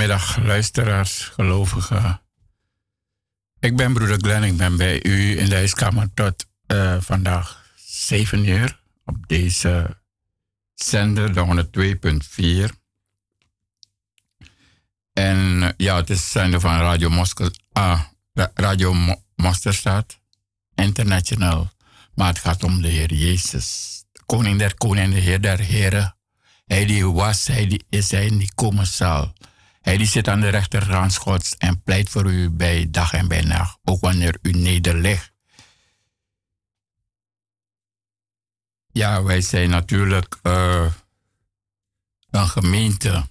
Goedemiddag, luisteraars, gelovigen. Ik ben broeder Glenn, ik ben bij u in de huiskamer tot vandaag 7 uur op deze zender, de 102.4. En ja, het is zender van Radio Mosterdstad International. Maar het gaat om de Heer Jezus, de Koning der Koningen, de Heer der Heren. Hij die was, hij die is, hij die komen zal. Hij die zit aan de rechterhand Gods en pleit voor u bij dag en bij nacht, ook wanneer u nederligt. Ja, wij zijn natuurlijk een gemeente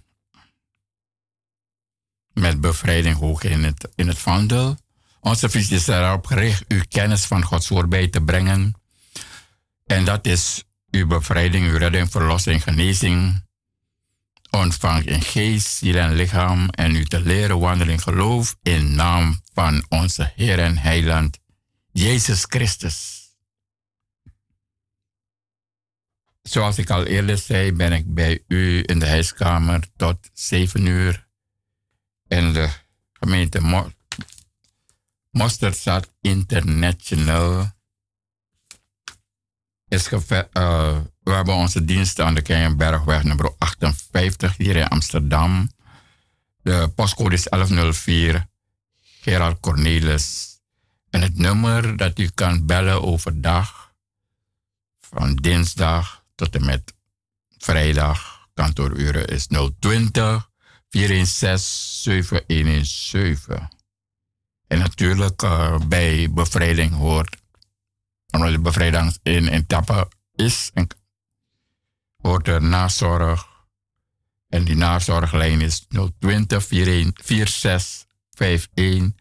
met bevrijding hoog in het vaandel. Onze visie is erop gericht uw kennis van Gods woord bij te brengen. En dat is uw bevrijding, uw redding, verlossing, genezing. Ontvang in geest, ziel en lichaam en u te leren wandelen in geloof in naam van onze Heer en Heiland, Jezus Christus. Zoals ik al eerder zei, ben ik bij u in de huiskamer tot 7 uur. En de gemeente Mosterdstad International is we hebben onze diensten aan de Keienbergweg nummer 58 hier in Amsterdam. De postcode is 1104 Gerald Cornelis. En het nummer dat u kan bellen overdag, van dinsdag tot en met vrijdag, kantooruren is 020 416 7117. En natuurlijk bij bevrijding hoort, omdat de bevrijding in etappen is, hoort er nazorg. En die nazorglijn is 020 46 51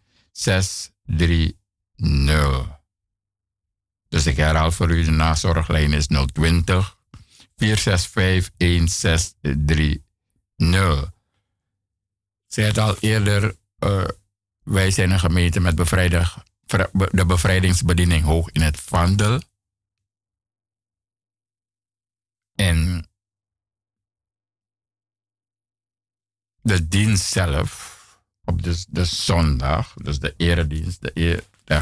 630. Dus ik herhaal voor u, de nazorglijn is 020 465 1630. Ik zei het al eerder, wij zijn een gemeente met de bevrijdingsbediening hoog in het vaandel. En de dienst zelf, op de zondag, dus de eredienst, der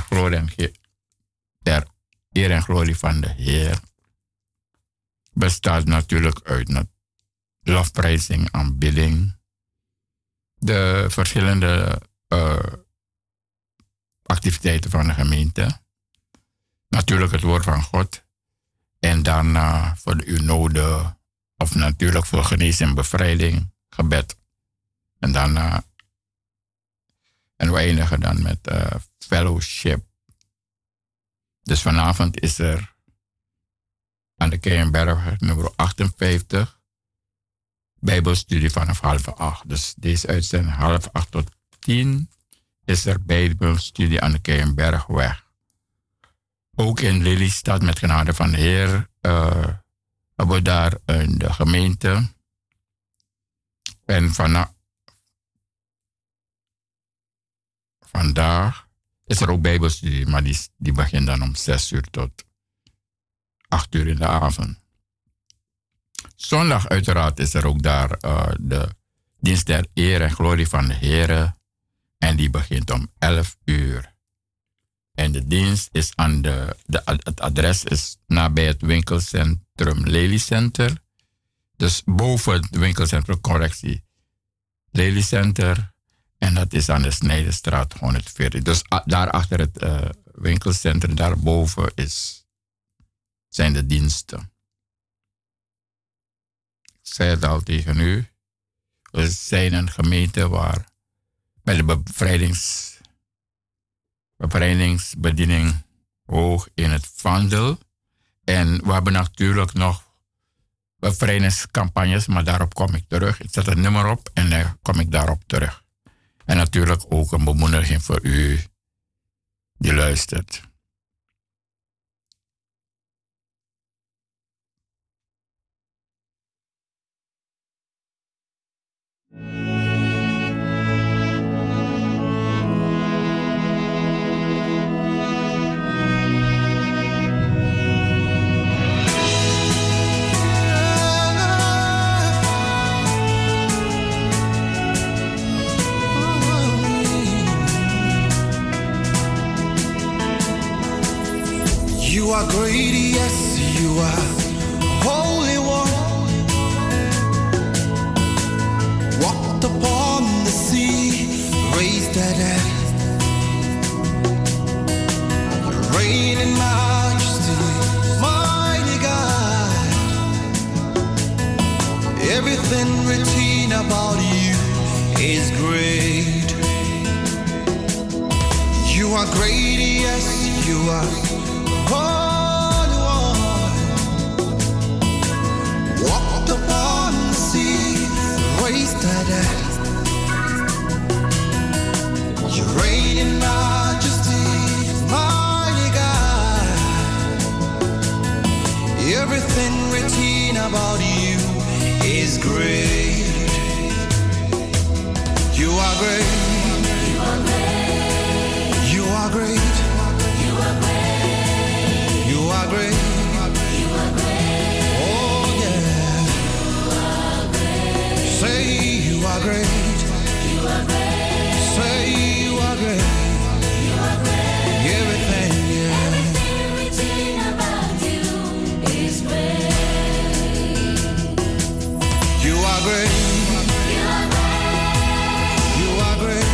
eer en glorie van de Heer, bestaat natuurlijk uit lofprijzing, aanbidding, de verschillende activiteiten van de gemeente, natuurlijk het woord van God, en daarna voor uw noden, of natuurlijk voor genezing en bevrijding, gebed. En daarna, en we eindigen dan met fellowship. Dus vanavond is er aan de Keienberg nummer 58 Bijbelstudie vanaf 7:30. Dus deze uitzending 7:30 tot 10 is er Bijbelstudie aan de Keienbergweg. Ook in Lelystad met genade van de Heer hebben we daar in de gemeente. En vandaag is er ook Bijbelstudie, maar die begint dan om 6 uur tot 8 uur in de avond. Zondag uiteraard is er ook daar de dienst der eer en glorie van de Heer. En die begint om 11 uur. En de dienst is aan het adres is nabij het winkelcentrum Lelycenter. Dus boven het winkelcentrum, correctie, Lelycenter. En dat is aan de Snijdenstraat 140. Dus daar achter het winkelcentrum, daarboven zijn de diensten. Ik zei het al tegen u. We zijn een gemeente waar met de bevrijdingsbediening hoog in het vaandel. En we hebben natuurlijk nog bevrijdingscampagnes, maar daarop kom ik terug. Ik zet een nummer op en dan kom ik daarop terug. En natuurlijk ook een bemoediging voor u die luistert. You are great, yes, you are Holy One. Walked upon the sea, raised the dead. Reign in majesty, mighty God. Everything written about you is great. You are great, yes, you are Holy One. Walked upon the sea, raised the dead. You reign in majesty, mighty God. Everything written about you is great. You are great. You are great. You are great. You are great. You are great. Oh yeah. You are great. Say you are great. You are great. Say you are great. You are great. Everything, yeah. Everything written about you is great. You are great. You are great. You are great.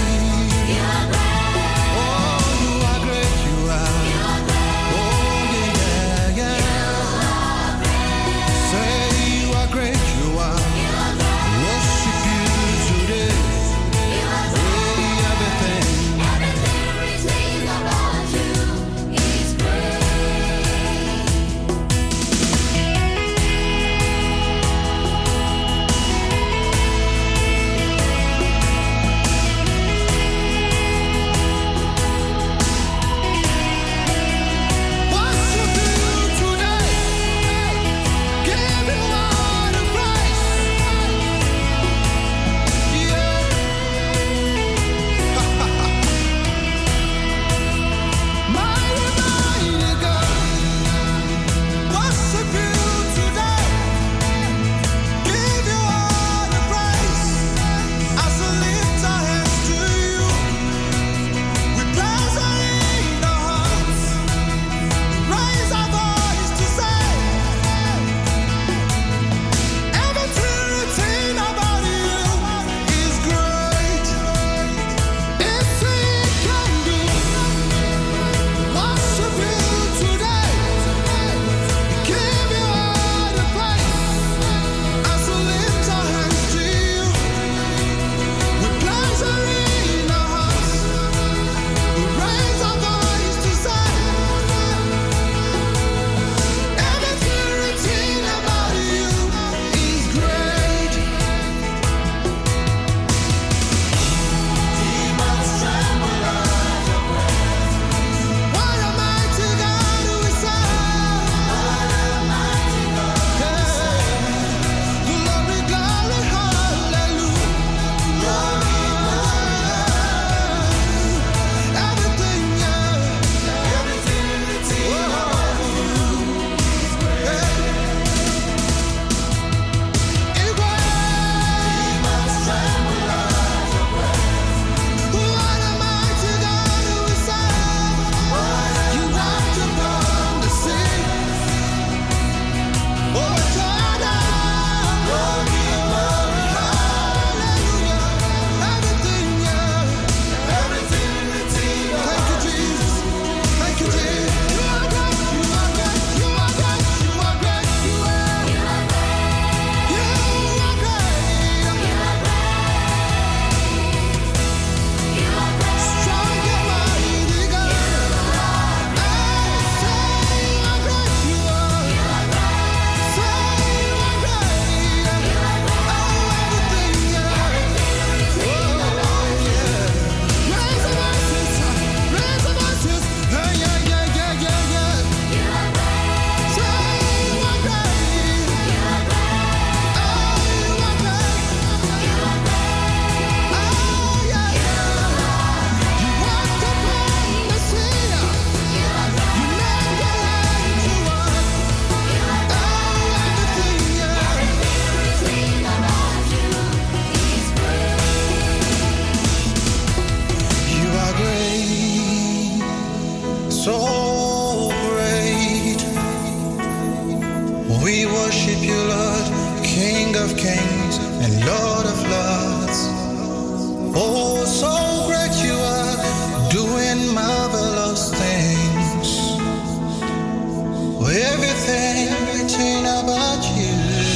everything written about you.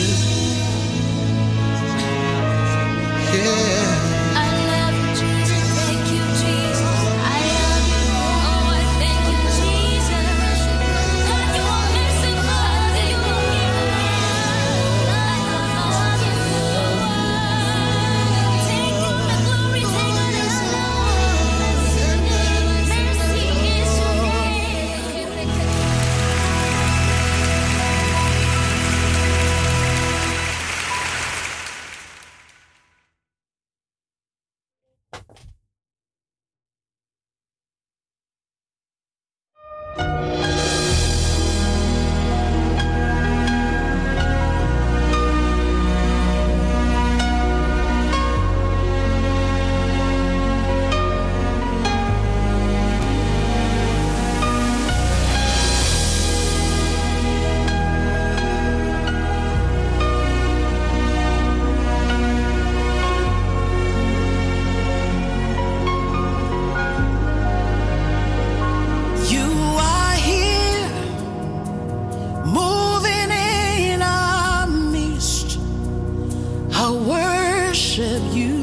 Yeah. I love you, Jesus. Thank you, Jesus. I love you. Oh, I thank you, Jesus. God, you are merciful. You are take all the glory, take all the honor. Mercy is your name. You are here, moving in our midst. I worship you.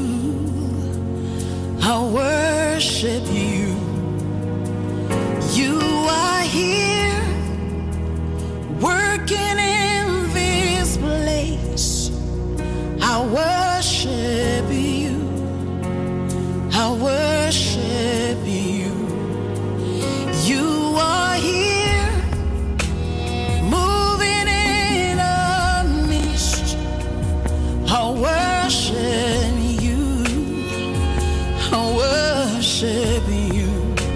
I worship you. You are here, working in this place. I worship you. I worship you. You are here, moving in a mist. I worship you. I worship you.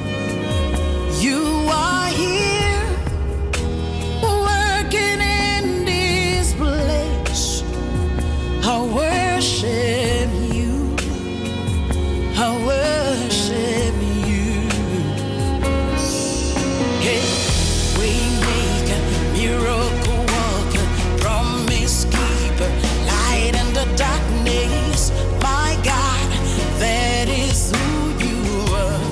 You are here, working in this place. I worship you. I worship you. Hey, waymaker, miracle worker, promise keeper, light in the darkness. My God, that is who you are.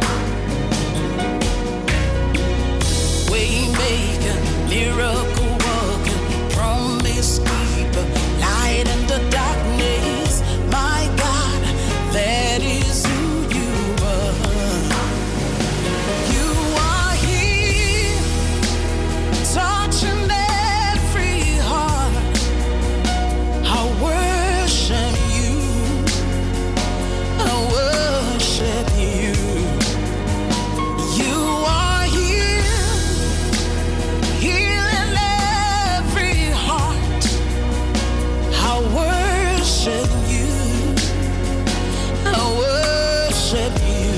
Waymaker, miracle worker, promise keeper, light in the darkness. My God, that is who you are. You are here, touching every heart. I worship you. I worship you. You are here, healing every heart. I worship you. I worship you.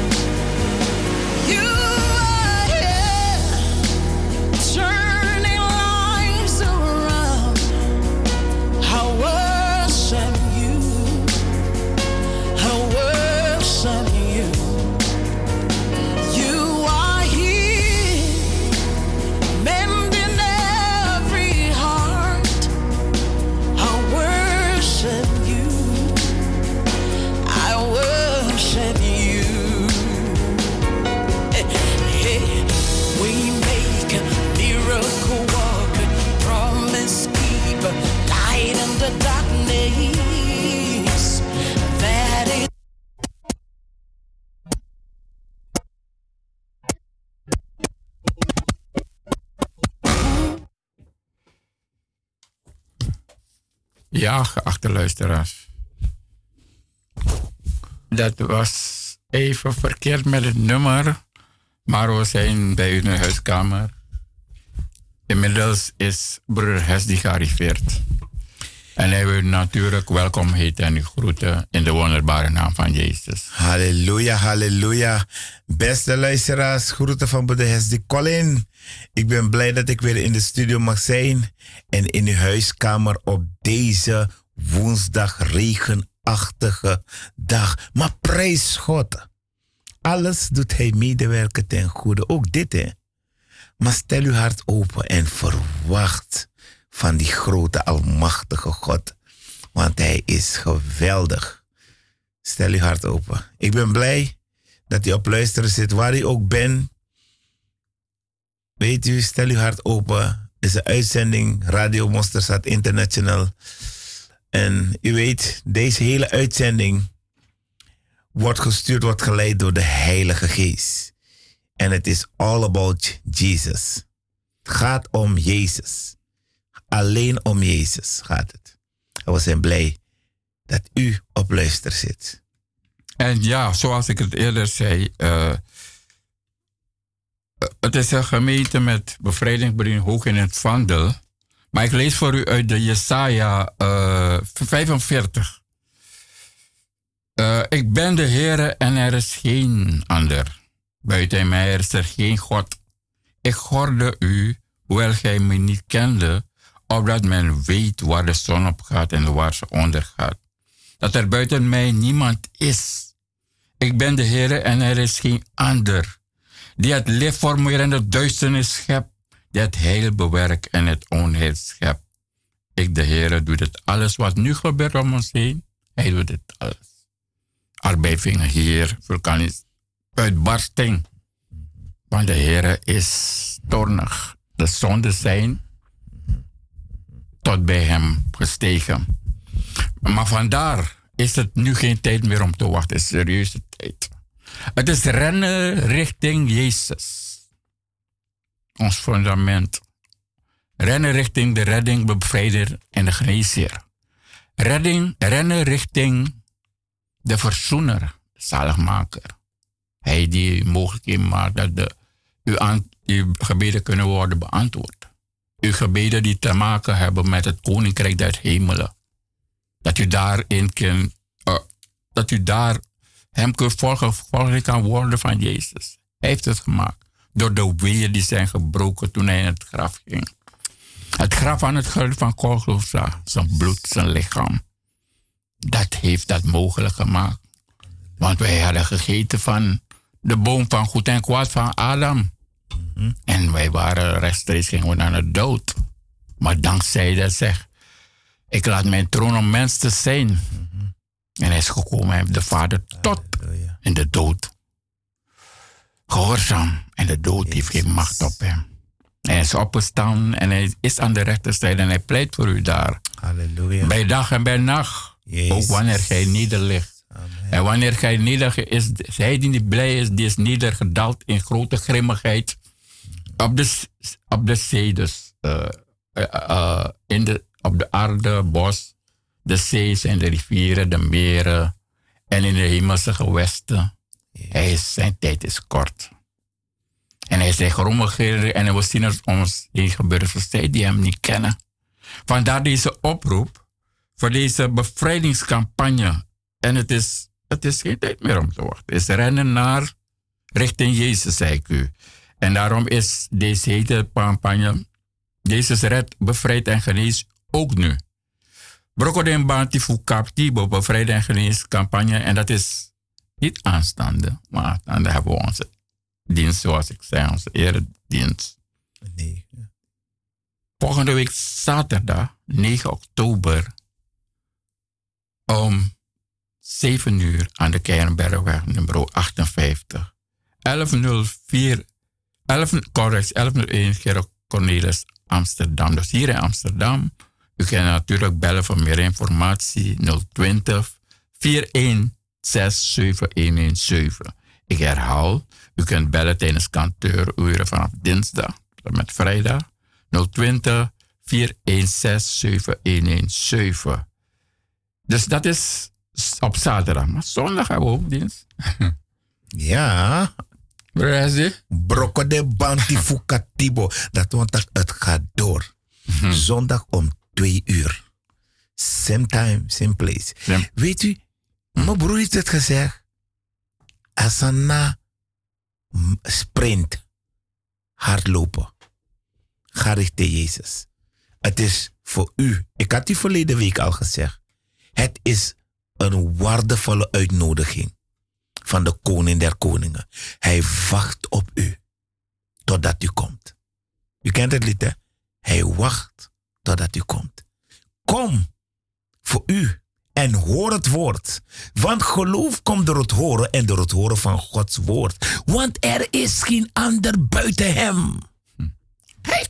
You are here, turning lives around. I worship you. I worship you. You are here, mending every heart. I worship you. I worship you. Hey, we make a miracle walker, promise keeper, light in the darkness. That is. Ja, geachte luisteraars. Dat was even verkeerd met het nummer, maar we zijn bij u in de huiskamer. Inmiddels is broeder Hesdy gearriveerd. En hij wil natuurlijk welkom heten en u groeten in de wonderbare naam van Jezus. Halleluja, halleluja. Beste luisteraars, groeten van broeder Hesdy Colin. Ik ben blij dat ik weer in de studio mag zijn en in uw huiskamer op deze woensdag regenachtige dag. Maar prijs God. Alles doet hij medewerken ten goede. Ook dit, hè. Maar stel uw hart open en verwacht van die grote almachtige God. Want hij is geweldig. Stel uw hart open. Ik ben blij dat u op luisteren zit waar u ook bent. weet u, stel uw hart open. Het is een uitzending Radio Mosterdzaad International. En u weet, deze hele uitzending wordt gestuurd, wordt geleid door de Heilige Geest. En het is all about Jesus. Het gaat om Jezus. Alleen om Jezus gaat het. En we zijn blij dat u op luister zit. En ja, zoals ik het eerder zei, het is een gemeente met bevrijdingsbediening hoog in het vaandel. Maar ik lees voor u uit de Jesaja 45. Ik ben de Heere en er is geen ander. Buiten mij is er geen God. Ik hoorde u, hoewel gij me niet kende, opdat men weet waar de zon op gaat en waar ze ondergaat. Dat er buiten mij niemand is. Ik ben de Heere en er is geen ander. Die het licht voor en de duisternis schept. Die het heil bewerkt en het onheil schept. Ik, de Heere, doe dit alles wat nu gebeurt om ons heen. Hij doet dit alles. Arbeidvingen hier, vulkanisch uitbarsting. Want de Heere is toornig. De zonden zijn tot bij hem gestegen. Maar vandaar is het nu geen tijd meer om te wachten. Het is een serieuze tijd. Het is rennen richting Jezus. Ons fundament. Rennen richting de redding, bevrijder en de geneesheer. Rennen richting de verzoener, de zaligmaker. Hij die mogelijk maakt dat uw gebeden kunnen worden beantwoord. Uw gebeden die te maken hebben met het koninkrijk der hemelen. Dat u daarin kunt, dat u daar hem kunt volgen kan worden van Jezus. Hij heeft het gemaakt. Door de weeën die zijn gebroken toen hij in het graf ging. Het graf aan het gulden van Golgotha, zijn bloed, zijn lichaam. Dat heeft dat mogelijk gemaakt. Want wij hadden gegeten van de boom van goed en kwaad van Adam. En wij waren rechtstreeks gingen we naar de dood. Maar dankzij dat zegt, ik laat mijn troon om mens te zijn. En hij is gekomen, hij heeft de Vader tot in de dood. Gehoorzaam. En de dood heeft geen macht op hem. Hij is opgestaan en hij is aan de rechterzijde en hij pleit voor u daar. Halleluja. Bij dag en bij nacht. Jezus. Ook wanneer gij nederligt. Amen. En wanneer gij nederligt is, hij die niet blij is, die is nedergedaald in grote grimmigheid. Op de zee dus. Op de aarde, bos, de zee's en de rivieren, de meren en in de hemelse gewesten. Zijn tijd is kort. En hij zei grommigheden en we zien het om ons heen gebeuren voor zij die hem niet kennen. Vandaar deze oproep voor deze bevrijdingscampagne. En het is geen tijd meer om te wachten. Het is rennen naar richting Jezus, zei ik u. En daarom is deze hele campagne, Jezus redt, bevrijdt en geneest ook nu. Brokodem Bantifu Kaptibo, bevrijd en geneescampagne. En dat is niet aanstaande, maar aanstaande hebben we onze dienst, zoals ik zei, onze eredienst. Nee. Volgende week zaterdag, 9 oktober, om 7 uur aan de Keienbergweg, nummer 58. 1101 Gerard Cornelis, Amsterdam. Dus hier in Amsterdam. U kunt natuurlijk bellen voor meer informatie 020 416 7117. Ik herhaal, u kunt bellen tijdens kantooruren vanaf dinsdag tot met vrijdag 020 416 7117. Dus dat is op zaterdag. Maar zondag hebben we ook dienst. Ja. Broko de Bantifukatibo. Dat want dat het gaat door. Zondag om 2 uur. Same time, same place. Ja. Weet u, mijn broer heeft het gezegd. Asana sprint. Hardlopen. Ga richting Jezus. Het is voor u. Ik had u verleden week al gezegd. Het is een waardevolle uitnodiging van de koning der koningen. Hij wacht op u totdat u komt. U kent het lied, hè? Hij wacht totdat u komt. Kom voor u en hoor het woord. Want geloof komt door het horen en door het horen van Gods woord. Want er is geen ander buiten hem.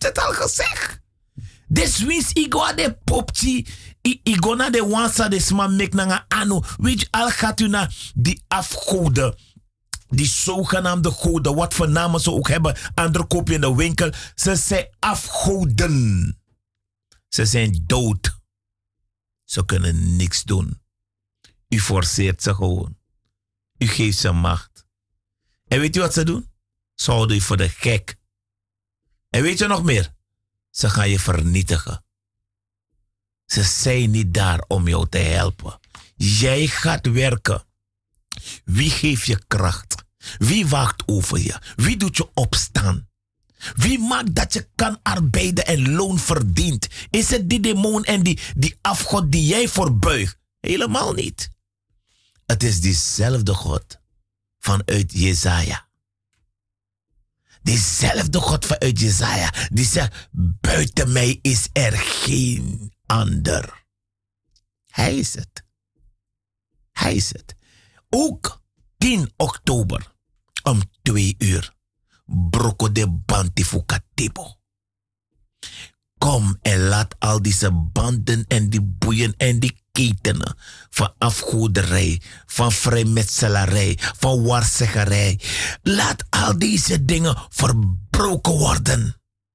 heeft het al gezegd. Des wins igo de popchi. Igo na de wansa de sma mek na anu. Weet je, al gaat u naar die afgoden. Die zogenaamde goden. Wat voor namen ze ook hebben. Andere koop je in de winkel. Ze zijn afgoden. Ze zijn dood. Ze kunnen niks doen. U forceert ze gewoon. U geeft ze macht. En weet u wat ze doen? Ze houden u voor de gek. En weet je nog meer? Ze gaan je vernietigen. Ze zijn niet daar om jou te helpen. Jij gaat werken. Wie geeft je kracht? Wie waakt over je? Wie doet je opstaan? Wie maakt dat je kan arbeiden en loon verdient? Is het die demon en die afgod die jij voorbuigt? Helemaal niet. Het is diezelfde God vanuit Jesaja. Diezelfde God vanuit Jesaja. Die zegt, buiten mij is er geen ander. Hij is het. Hij is het. Ook 10 oktober om 2 uur. Broko de bantifukatibo. Kom en laat al deze banden en die boeien en die ketenen van afgoderij, van vrijmetselarij, van waarzeggerij. Laat al deze dingen verbroken worden.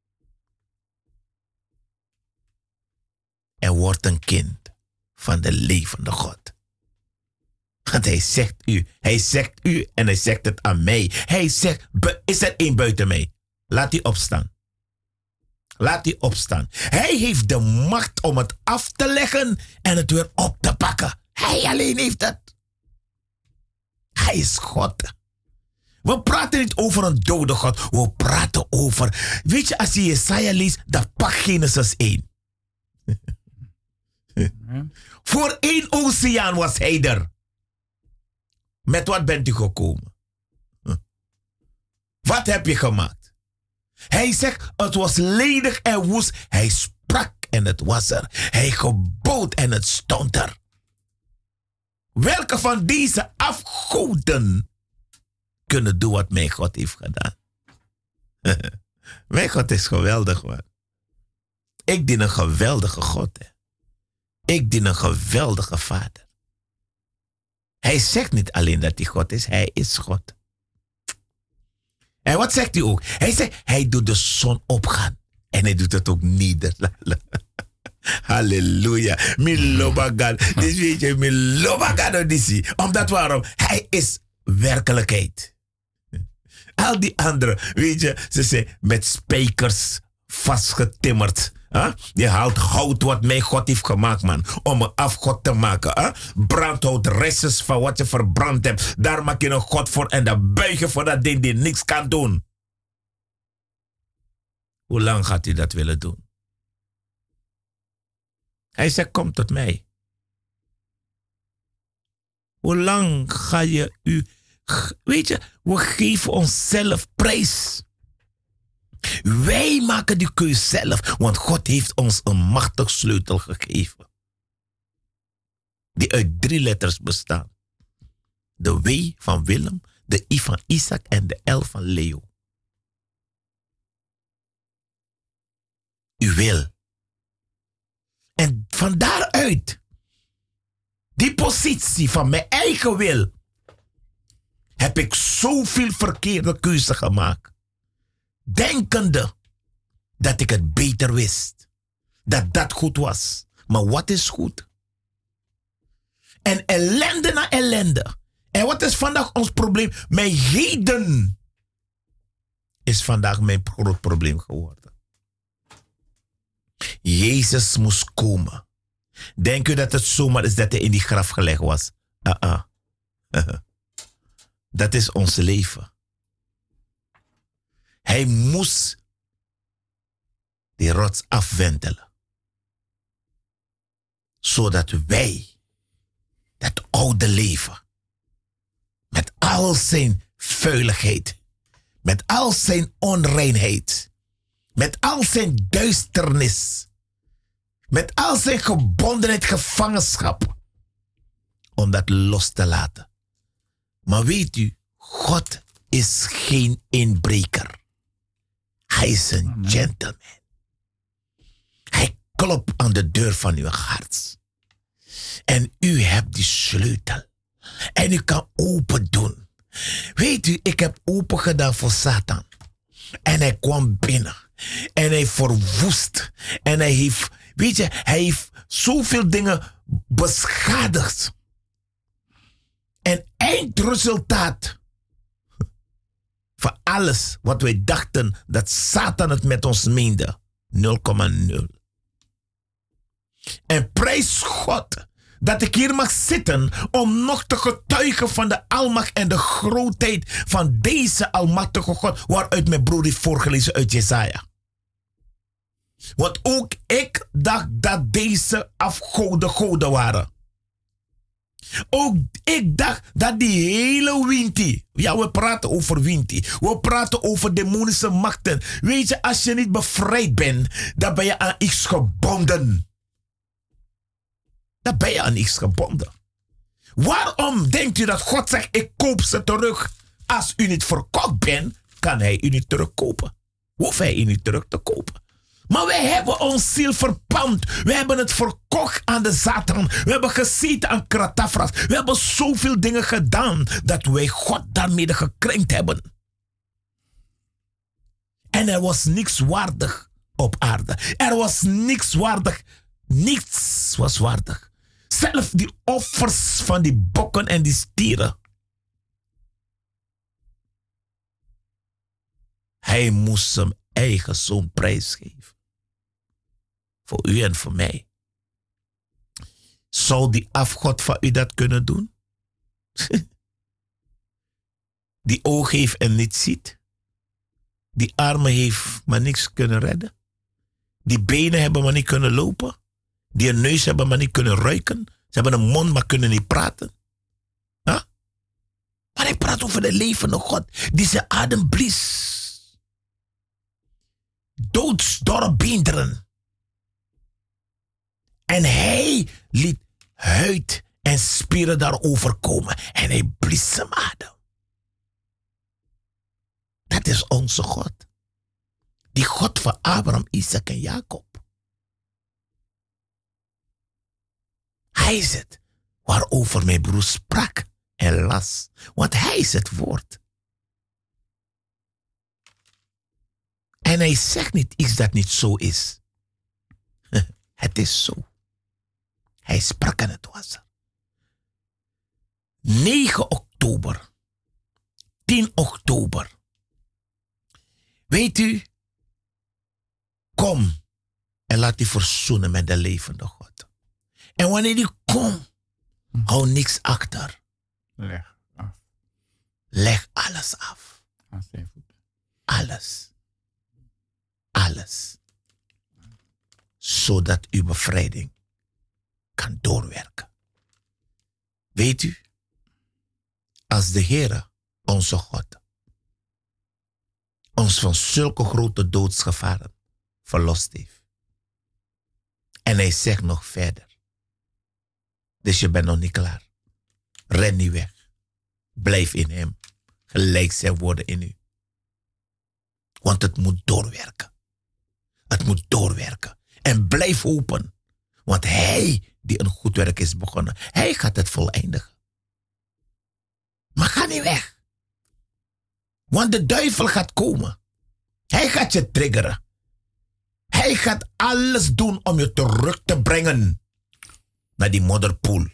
En word een kind van de levende God. Want hij zegt u en hij zegt het aan mij. Hij zegt, is er één buiten mij? Laat die opstaan. Laat die opstaan. Hij heeft de macht om het af te leggen en het weer op te pakken. Hij alleen heeft het. Hij is God. We praten niet over een dode God. We praten over... Weet je, als je Jesaja leest, dan pak Genesis 1. Voor 1 oceaan was hij er. Met wat bent u gekomen? Wat heb je gemaakt? Hij zegt, het was ledig en woest. Hij sprak en het was er. Hij gebood en het stond er. Welke van deze afgoden kunnen doen wat mijn God heeft gedaan? Mijn God is geweldig, man. Ik dien een geweldige God. Hè. Ik dien een geweldige Vader. Hij zegt niet alleen dat hij God is, hij is God. En wat zegt hij ook? Hij zegt, hij doet de zon opgaan. En hij doet het ook neder. Halleluja. Milobagan. Dus weet je, milobagan odisi. Omdat waarom? Hij is werkelijkheid. Al die anderen, weet je, ze zijn met spijkers vastgetimmerd. Huh? Je haalt hout wat mijn God heeft gemaakt, man. Om een afgod te maken. Huh? Brandhout, restjes van wat je verbrand hebt. Daar maak je een God voor en dan buig je voor dat ding die niks kan doen. Hoe lang gaat u dat willen doen? Hij zegt, kom tot mij. Hoe lang ga je u... Weet je, we geven onszelf prijs. Wij maken die keus zelf, want God heeft ons een machtig sleutel gegeven. Die uit 3 letters bestaat. De W van Willem, de I van Isaac en de L van Leo. U wil. En van daaruit, die positie van mijn eigen wil, heb ik zoveel verkeerde keuzes gemaakt. Denkende dat ik het beter wist. Dat dat goed was. Maar wat is goed? En ellende na ellende. En wat is vandaag ons probleem? Mijn heden is vandaag mijn groot probleem geworden. Jezus moest komen. Denk u dat het zomaar is dat hij in die graf gelegd was? Dat is ons leven. Hij moest die rots afwentelen. Zodat wij dat oude leven, met al zijn vuiligheid, met al zijn onreinheid, met al zijn duisternis, met al zijn gebondenheid, gevangenschap, om dat los te laten. Maar weet u, God is geen inbreker. Hij is een gentleman. Hij klopt aan de deur van uw hart. En u hebt die sleutel. En u kan open doen. Weet u, ik heb open gedaan voor Satan. En hij kwam binnen. En hij verwoest. En hij heeft, weet je, hij heeft zoveel dingen beschadigd. En eindresultaat van alles wat wij dachten dat Satan het met ons meende. 0,0. En prijs God dat ik hier mag zitten om nog te getuigen van de almacht en de grootheid van deze almachtige God, waaruit mijn broer heeft voorgelezen uit Jesaja. Want ook ik dacht dat deze afgoden goden waren. Ook ik dacht dat die hele Winti, ja, we praten over Winti, we praten over demonische machten. Weet je, als je niet bevrijd bent, dan ben je aan iets gebonden. Dan ben je aan iets gebonden. Waarom denkt u dat God zegt, ik koop ze terug? Als u niet verkocht bent, kan hij u niet terugkopen. Hoeft hij u niet terug te kopen. Maar wij hebben ons ziel verpand. We hebben het verkocht aan de Satan. We hebben gezeten aan Kratafras. We hebben zoveel dingen gedaan dat wij God daarmee gekrenkt hebben. En er was niks waardig op aarde. Er was niks waardig. Niets was waardig. Zelfs die offers van die bokken en die stieren. Hij moest zijn eigen zoon prijsgeven. Voor u en voor mij. Zou die afgod van u dat kunnen doen? Die oog heeft en niet ziet. Die armen heeft maar niks kunnen redden. Die benen hebben maar niet kunnen lopen. Die een neus hebben maar niet kunnen ruiken. Ze hebben een mond maar kunnen niet praten. Huh? Maar hij praat over de levende God. Die zijn adem blies. Doodsdorre beenderen. En hij liet huid en spieren daarover komen. En hij blies zijn adem. Dat is onze God. Die God van Abraham, Isaac en Jacob. Hij is het waarover mijn broer sprak en las. Want hij is het woord. En hij zegt niet iets dat niet zo is. Het is zo. Hij sprak en het was er. 9 oktober. 10 oktober. Weet u, kom en laat u verzoenen met de levende God. En wanneer u komt, hou niks achter. Leg af. Leg alles af. Aan zijn voeten. Alles. Alles. Zodat uw bevrijding kan doorwerken. Weet u, als de Heere, onze God, ons van zulke grote doodsgevaren verlost heeft. En hij zegt nog verder. Dus je bent nog niet klaar. Ren niet weg. Blijf in hem. Gelijk zijn woorden in u. Want het moet doorwerken. Het moet doorwerken. En blijf open. Want hij die een goed werk is begonnen, hij gaat het voleindigen. Maar ga niet weg. Want de duivel gaat komen. Hij gaat je triggeren. Hij gaat alles doen om je terug te brengen naar die modderpoel.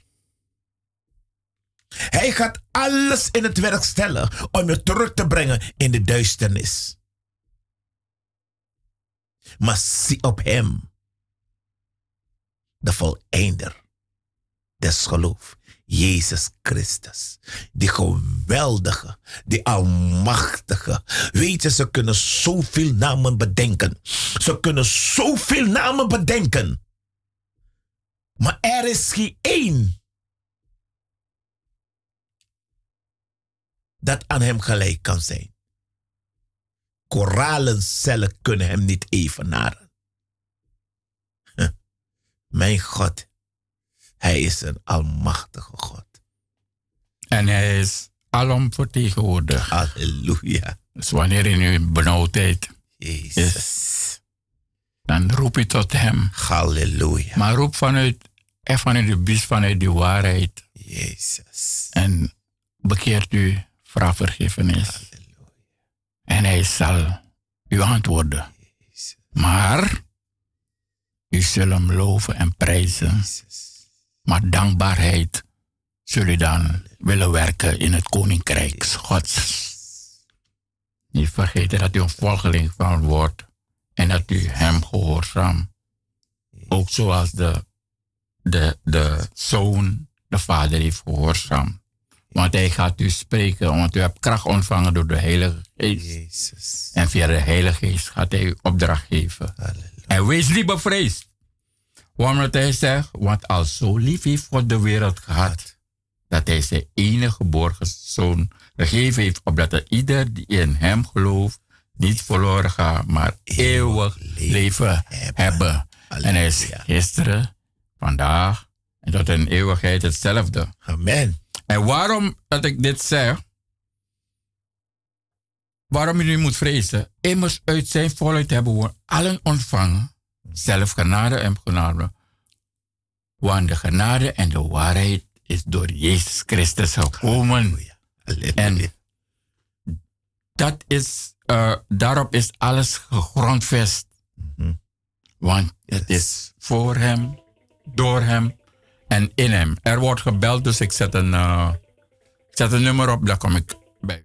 Hij gaat alles in het werk stellen om je terug te brengen in de duisternis. Maar zie op hem, de voleinder des geloofs, Jezus Christus. Die geweldige, die almachtige. Weet je, ze kunnen zoveel namen bedenken. Ze kunnen zoveel namen bedenken. Maar er is geen één dat aan hem gelijk kan zijn. Koralencellen kunnen hem niet evenaren. Mijn God, hij is een almachtige God. En hij is alom vertegenwoordigd. Halleluja. Dus wanneer in uw benauwdheid Jezus. Dan roep je tot hem. Halleluja. Maar roep vanuit de bus, vanuit de waarheid. Jezus. En bekeert u, vraag vergiffenis. Halleluja. En hij zal u antwoorden. Jezus. Maar u zult hem loven en prijzen. Jezus. Maar dankbaarheid zul u dan willen werken in het koninkrijk Gods. Niet vergeten dat u een volgeling van wordt en dat u hem gehoorzaamt. Ook zoals de zoon de vader heeft gehoorzaamd. Want hij gaat u spreken, want u hebt kracht ontvangen door de Heilige Geest. Jezus. En via de Heilige Geest gaat hij u opdracht geven. Halleluja. En wees niet bevreesd. Waarom dat hij zegt, want al zo lief heeft God de wereld gehad, dat hij zijn enige geboren zoon gegeven heeft, opdat er ieder die in hem gelooft, niet verloren gaat, maar eeuwig leven hebben. En hij is gisteren, vandaag en tot in eeuwigheid hetzelfde. Amen. En waarom dat ik dit zeg, waarom u nu moet vrezen, immers uit zijn volheid hebben we allen ontvangen, zelf genade en genade. Want de genade en de waarheid is door Jezus Christus gekomen. Halleluja. En dat is, daarop is alles gegrondvest. Want het is voor hem, door hem en in hem. Er wordt gebeld, dus ik zet een nummer op, daar kom ik bij.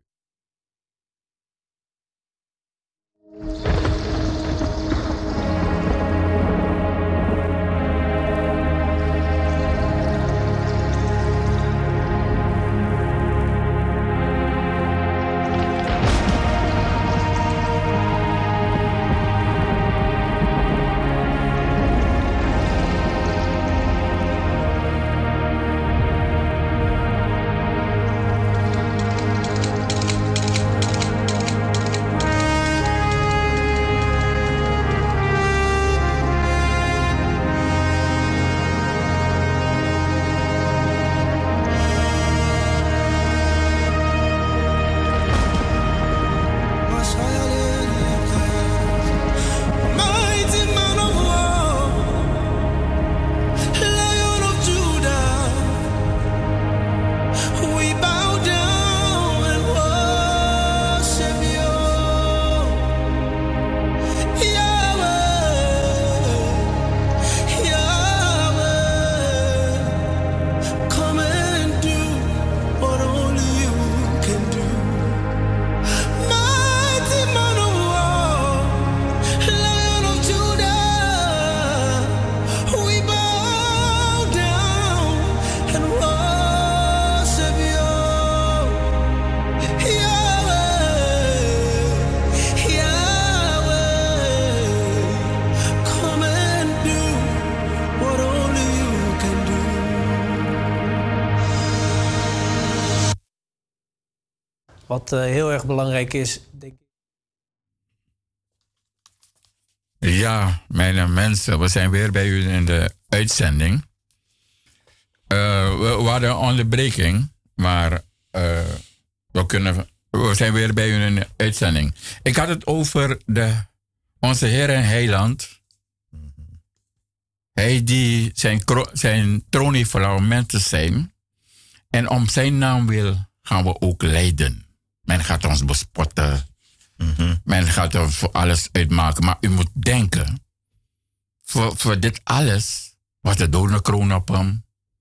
Mighty man of war, Lion of Judah, we bow down and worship you, Yahweh, Yahweh. Come and do what only you can do. Mighty man of war, Lion of Judah, we bow down and worship you, Yahweh, Yahweh. Come and do what only you can do. Wat heel erg belangrijk is, denk ik. Ja, mijn mensen, we zijn weer bij u in de uitzending. We hadden een onderbreking, maar we zijn weer bij u in de uitzending. Ik had het over onze Heer en Heiland. Hij die zijn troon heeft verlaten te zijn. En om zijn naam wil gaan we ook lijden. Men gaat ons bespotten. Men gaat er voor alles uitmaken. Maar u moet denken, voor dit alles was de doornkroon op hem.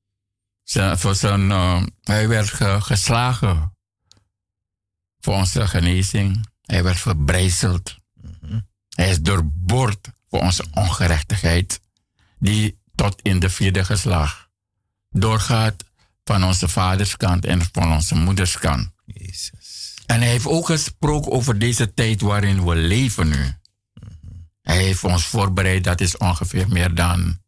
Hij werd geslagen voor onze genezing. Hij werd verbrijzeld. Hij is doorboord voor onze ongerechtigheid, die tot in de 4e geslacht doorgaat van onze vaderskant en van onze moederskant. Jezus. En hij heeft ook gesproken over deze tijd waarin we leven nu. Hij heeft ons voorbereid, dat is ongeveer meer dan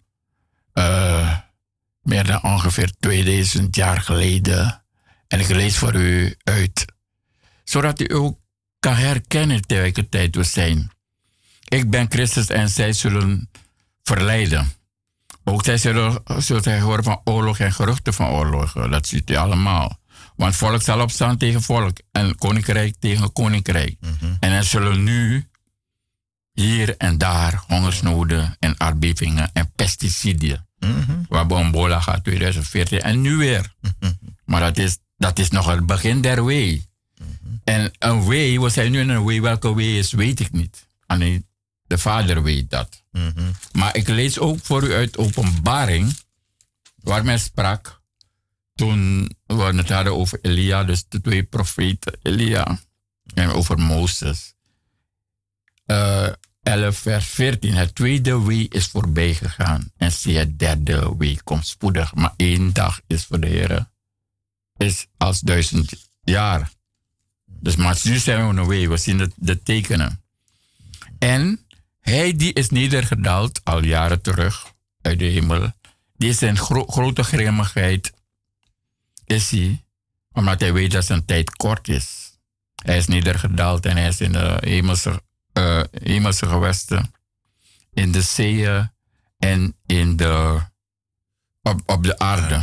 ongeveer 2000 jaar geleden. En ik lees voor u uit, zodat u ook kan herkennen in welke tijd we zijn. Ik ben Christus en zij zullen verleiden. Ook zij zullen horen van oorlog en geruchten van oorlogen. Dat ziet u allemaal. Want volk zal opstaan tegen volk en koninkrijk tegen koninkrijk. En er zullen nu hier en daar hongersnoden en aardbevingen en pesticiden. We hebben Ebola gehad 2014 en nu weer. Maar dat is nog het begin der wee. En een wee, we zijn nu in een wee, welke wee is, weet ik niet. Alleen de Vader weet dat. Maar ik lees ook voor u uit Openbaring, waar men sprak toen we het hadden over Elia, dus de 2 profeten, Elia, en over Mozes. 11 vers 14. Het tweede wee is voorbij gegaan. En zie, het derde wee komt spoedig. Maar 1 dag is voor de Heer is als 1000 jaar. Dus maar nu zijn we on the way. We zien de tekenen. En hij die is nedergedaald al jaren terug uit de hemel. Die is in grote grimmigheid. Is hij. Omdat hij weet dat zijn tijd kort is. Hij is nedergedaald en hij is in de hemelse gewesten. In de zeeën en op de aarde.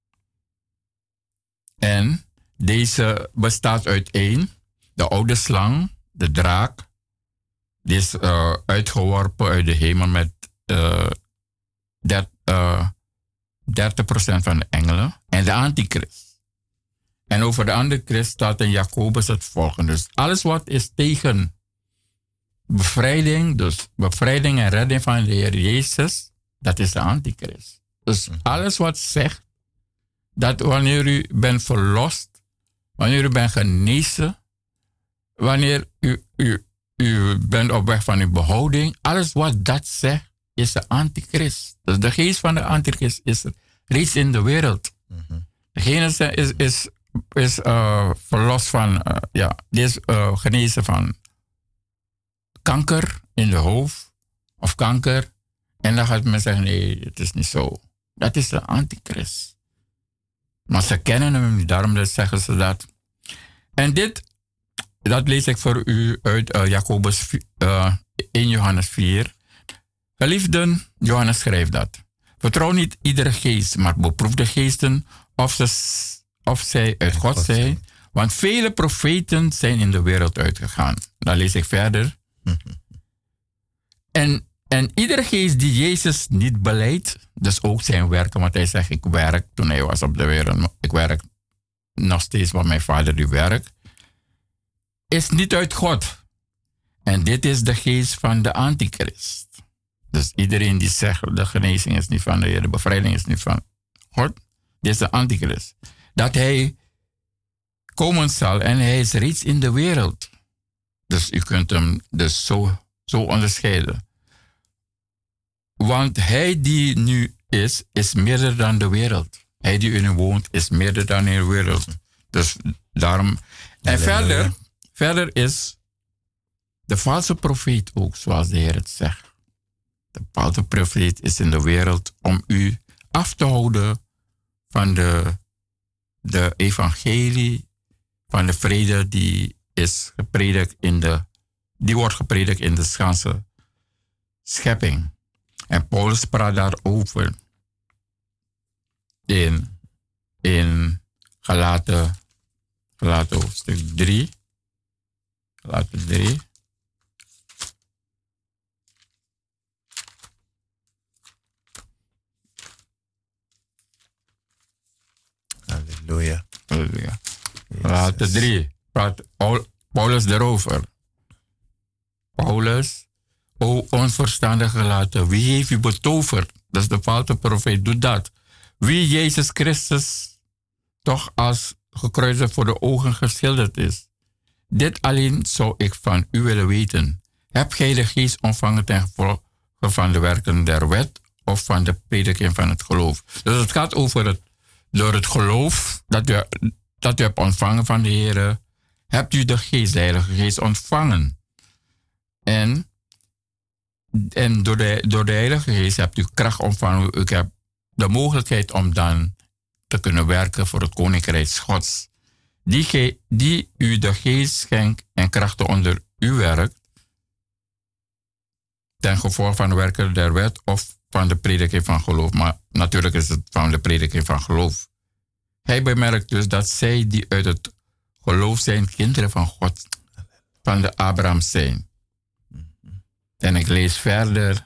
En deze bestaat uit 1. De oude slang, de draak. Die is uitgeworpen uit de hemel met 30% van de engelen. En de antichrist. En over de antichrist staat in Jacobus het volgende. Dus alles wat is tegen bevrijding, dus bevrijding en redding van de Heer Jezus, dat is de antichrist. Dus alles wat zegt dat wanneer u bent verlost, wanneer u bent genezen, wanneer u bent op weg van uw behouding, alles wat dat zegt, is de antichrist. Dus de geest van de antichrist is reeds in de wereld. Degene is verlost van, die is genezen van kanker in de hoofd of kanker. En dan gaat men zeggen, nee, het is niet zo. Dat is de antichrist. Maar ze kennen hem niet, daarom zeggen ze dat. En dat lees ik voor u uit Jacobus 1 Johannes 4. Geliefden, Johannes schrijft dat. Vertrouw niet iedere geest, maar beproef de geesten of zij uit God zijn. Want vele profeten zijn in de wereld uitgegaan. Dan lees ik verder. En iedere geest die Jezus niet belijdt, dus ook zijn werken, want hij zegt, ik werk toen hij was op de wereld, ik werk nog steeds wat mijn vader die werkt, is niet uit God. En dit is de geest van de antichrist. Dus iedereen die zegt, de genezing is niet van de Heer, de bevrijding is niet van God, dit is de antichrist. Dat hij komen zal en hij is reeds in de wereld. Dus u kunt hem dus zo onderscheiden. Want hij die nu is meerder dan de wereld. Hij die in u woont, is meerder dan in de wereld. Dus daarom. En verder is de valse profeet ook, zoals de Heer het zegt. De valse profeet is in de wereld om u af te houden van de evangelie, van de vrede die is gepredikt die wordt gepredikt in de ganse schepping. En Paulus praat daarover in Galaten hoofdstuk 3. Galaten 3. Halleluja. Halleluja. Galaten 3. Praat Paulus daarover. Paulus, o onverstandige Galaten, wie heeft u betoverd? Dus de valse profeet doet dat. Wie Jezus Christus toch als gekruisigd voor de ogen geschilderd is. Dit alleen zou ik van u willen weten. Heb gij de geest ontvangen ten gevolge van de werken der wet of van de prediking van het geloof? Dus het gaat over door het geloof dat u hebt ontvangen van de Heer, hebt u de geest, de Heilige Geest ontvangen. En door de Heilige Geest hebt u kracht ontvangen. U hebt de mogelijkheid om dan te kunnen werken voor het Koninkrijk Gods. Die u de geest schenkt en krachten onder u werkt, ten gevolge van de werken der wet of van de prediking van geloof. Maar natuurlijk is het van de prediking van geloof. Hij bemerkt dus dat zij die uit het geloof zijn, kinderen van God, van de Abraham zijn. En ik lees verder.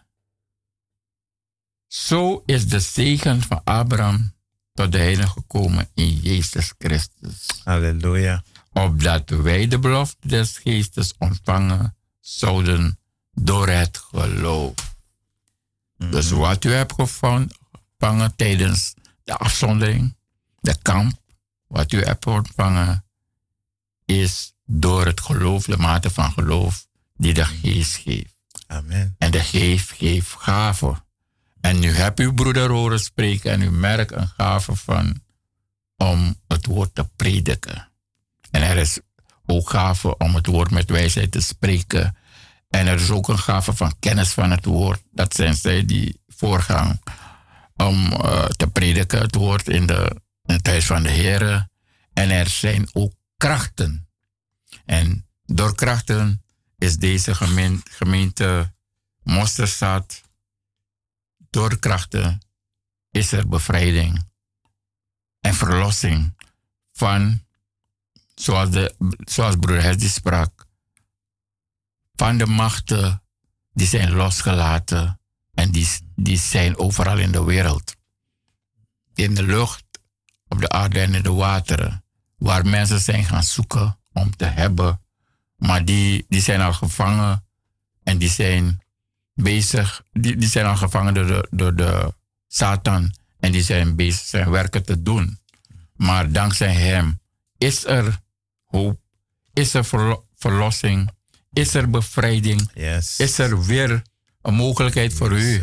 Zo is de zegen van Abraham tot de heilige gekomen in Jezus Christus. Halleluja. Opdat wij de belofte des Geestes ontvangen zouden door het geloof. Dus wat u hebt ontvangen tijdens de afzondering, de kamp, wat u hebt ontvangen, is door het geloof, de mate van geloof die de Geest geeft. Amen. En de Geest geeft gaven. En nu hebt uw broeder horen spreken en u merkt een gave van om het woord te prediken. En er is ook gave om het woord met wijsheid te spreken. En er is ook een gave van kennis van het woord. Dat zijn zij die voorgaan om te prediken het woord in het huis van de Heer. En er zijn ook krachten. En door krachten is deze gemeente Mosterdstad. Door krachten is er bevrijding en verlossing van, zoals broeder Hesdy sprak, van de machten die zijn losgelaten en die zijn overal in de wereld. In de lucht, op de aarde en in de wateren, waar mensen zijn gaan zoeken om te hebben, maar die zijn al gevangen en die zijn bezig, die zijn al gevangen door de Satan en die zijn bezig zijn werken te doen. Maar dankzij hem is er hoop, is er verlossing, is er bevrijding, is er weer een mogelijkheid voor u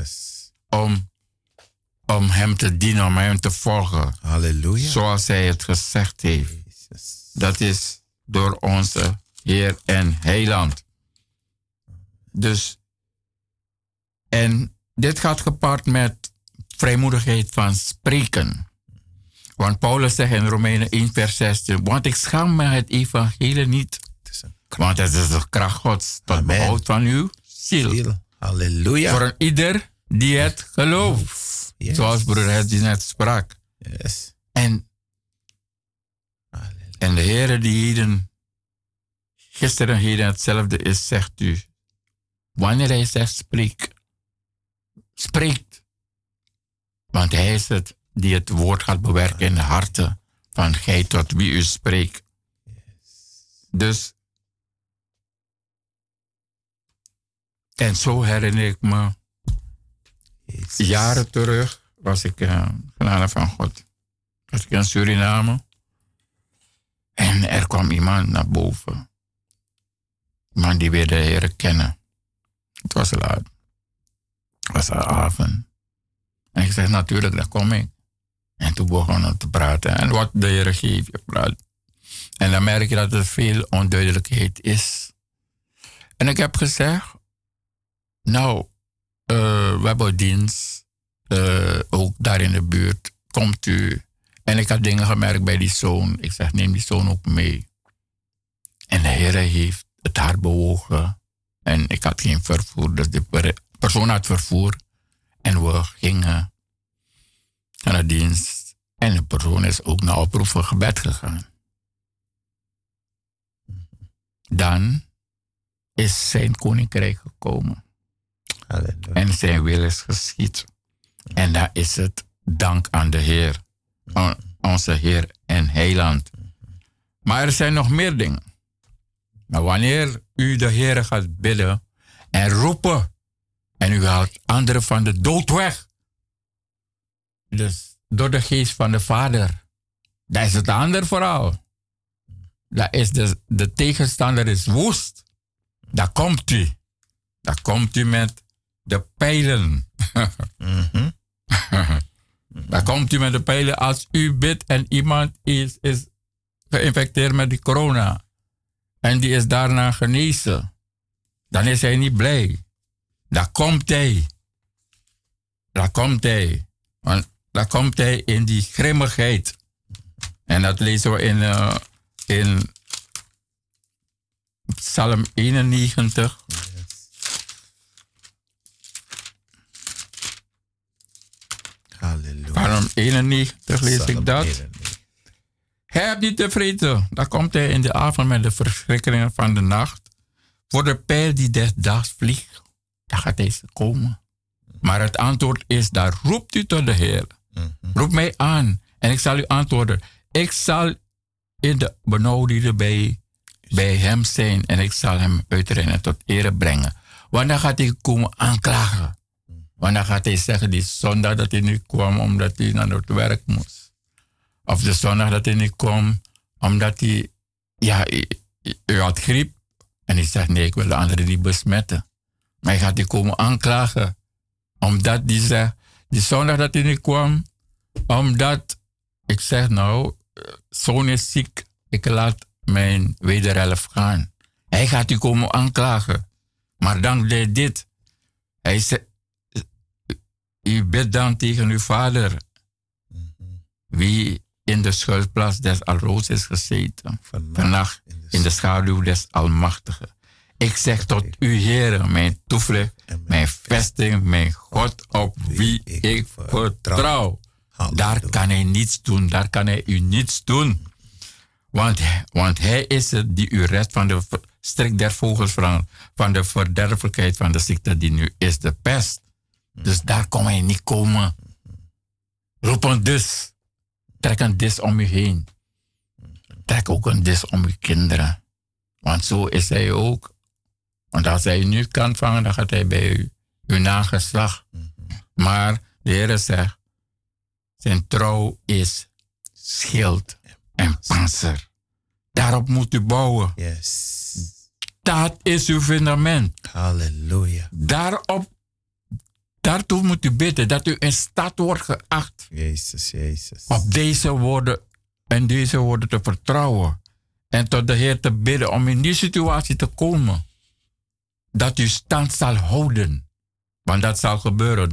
om hem te dienen, om hem te volgen. Halleluja. Zoals hij het gezegd heeft. Dat is door onze Heer en Heiland. Dus, en dit gaat gepaard met vrijmoedigheid van spreken. Want Paulus zegt in Romeinen 1 vers 16, want ik schaam me het evangelie niet. Want het is de kracht Gods tot behoud van uw ziel. Halleluja. Voor een ieder die het gelooft. Yes. Zoals broeder Hesdy net sprak. Yes. En de Heer die gisteren heden hetzelfde is, zegt u. Wanneer hij zegt spreekt. Want hij is het die het woord gaat bewerken in de harten van gij tot wie u spreekt. Dus, en zo herinner ik me, jaren terug was ik genade van God. Was ik in Suriname. En er kwam iemand naar boven. Iemand die weer de Heer kennen. Het was laat. Het was avond. En ik zeg natuurlijk, daar kom ik. En toen begonnen we te praten. En wat de Heer geeft, je praat. En dan merk je dat er veel onduidelijkheid is. En ik heb gezegd, nou, we hebben dienst, ook daar in de buurt. Komt u? En ik had dingen gemerkt bij die zoon. Ik zeg, neem die zoon ook mee. En de Heer heeft het hart bewogen. En ik had geen vervoer, dus de persoon had vervoer. En we gingen naar de dienst. En de persoon is ook naar oproep voor gebed gegaan. Dan is zijn koninkrijk gekomen. Halleluja. En zijn wil is geschied. En daar is het dank aan de Heer. Onze Heer en Heiland. Maar er zijn nog meer dingen. Maar wanneer u de Heer gaat bidden en roepen en u haalt anderen van de dood weg. Dus door de geest van de Vader. Dat is het ander vooral. Dat is de tegenstander is woest. Daar komt u. Daar komt u met de pijlen. Daar komt u met de pijlen als u bidt en iemand is geïnfecteerd met die corona. En die is daarna genezen. Dan is hij niet blij. Daar komt hij. Daar komt hij. Want daar komt hij in die grimmigheid. En dat lezen we in Psalm 91. Halleluja. Psalm 91 lees ik dat. 91. Hij hebt niet tevreden. Dan komt hij in de avond met de verschrikkingen van de nacht. Voor de pijl die des daags vliegt. dan gaat hij komen. Maar het antwoord is, daar roept u tot de Heer. Roep mij aan en ik zal u antwoorden. Ik zal in de benauwdheden bij hem zijn en ik zal hem uitrennen tot ere brengen. Wanneer gaat hij komen aanklagen? Wanneer gaat hij zeggen, die zondag dat hij niet kwam omdat hij naar het werk moest? Of de zondag dat hij niet kwam omdat hij, u had griep. En hij zegt, nee, ik wil de anderen niet besmetten. Maar hij gaat die komen aanklagen. Omdat hij zegt, die zondag dat hij niet kwam, omdat, ik zeg nou, zoon is ziek, ik laat mijn wederhelft gaan. Hij gaat u komen aanklagen. Maar dan deed dit. Hij zegt, u bidt dan tegen uw vader, wie in de schuilplaats des Alroos is gezeten, vannacht in de schaduw des Almachtigen. Ik zeg tot u, Heere, mijn toevlucht, mijn vesting, mijn God, op wie ik vertrouw. Daar kan hij niets doen, daar kan hij u niets doen. Want hij is het die u redt van de strik der vogels, van de verderfelijkheid van de ziekte die nu is, de pest. Dus daar kon hij niet komen. Roep een dus. Trek een dis om u heen. Trek ook een dis om uw kinderen. Want zo is hij ook. Want als hij u nu kan vangen, dan gaat hij bij u, uw nageslacht. Maar de Heer zegt, zijn trouw is schild en panzer. Daarop moet u bouwen. Yes. Dat is uw fundament. Halleluja. Daartoe moet u bidden, dat u in staat wordt geacht. Jezus. Op deze woorden en deze woorden te vertrouwen. En tot de Heer te bidden om in die situatie te komen. Dat u stand zal houden. Want dat zal gebeuren.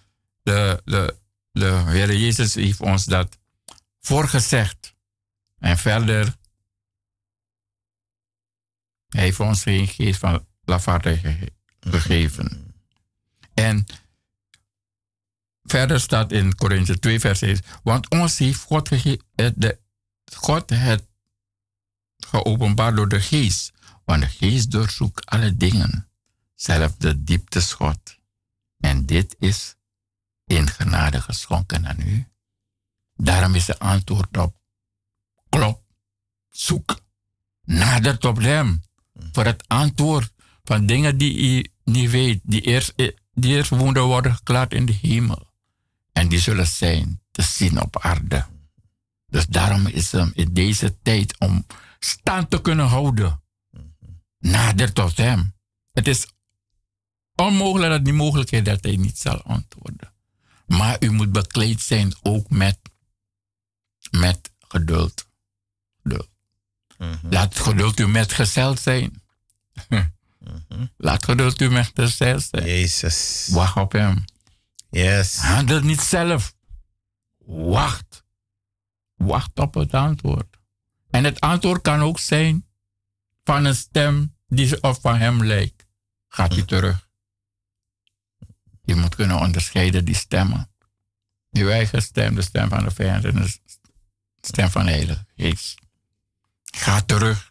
De Heer Jezus heeft ons dat voorgezegd. En verder, hij heeft ons geen geest van lafaardij gegeven. En verder staat in Korinthe 2 vers 6. Want ons heeft God het geopenbaard door de geest. Want de geest doorzoekt alle dingen. Zelfs de dieptes God. En dit is in genade geschonken aan u. Daarom is de antwoord op klop, zoek, nadert op hem. Voor het antwoord van dingen die u niet weet. Die eerst woonden worden geklaard in de hemel. En die zullen zijn te zien op aarde. Dus daarom is hem in deze tijd om stand te kunnen houden. Nader tot hem. Het is onmogelijk dat die mogelijkheid dat hij niet zal antwoorden. Maar u moet bekleed zijn ook met geduld. Laat geduld u met gezel zijn. Laat geduld u met gezel zijn. Jezus. Wacht op hem. Yes. Handel niet zelf. Wacht. Wacht op het antwoord. En het antwoord kan ook zijn van een stem die of van hem lijkt. Gaat u terug. Je moet kunnen onderscheiden die stemmen. Uw eigen stem, de stem van de vijand en de stem van de Heilige Geest. Ga terug.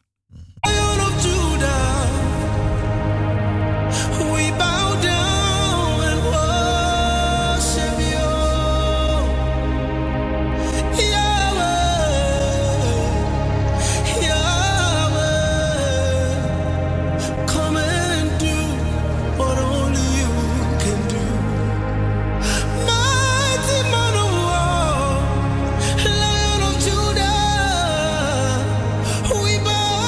We bow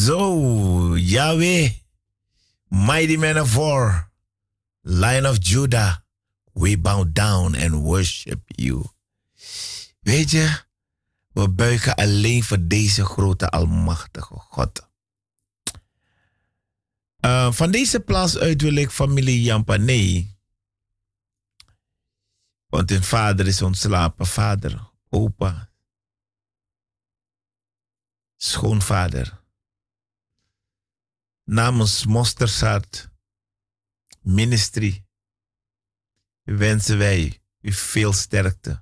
Zo, Yahweh, mighty man of war, Lion of Judah, we bow down and worship you. Weet je, we buigen alleen voor deze grote almachtige God. Van deze plaats uit wil ik familie Jampane. Want hun vader is ontslapen. Vader, opa, schoonvader. Namens Mosterzaad Ministry wensen wij u veel sterkte.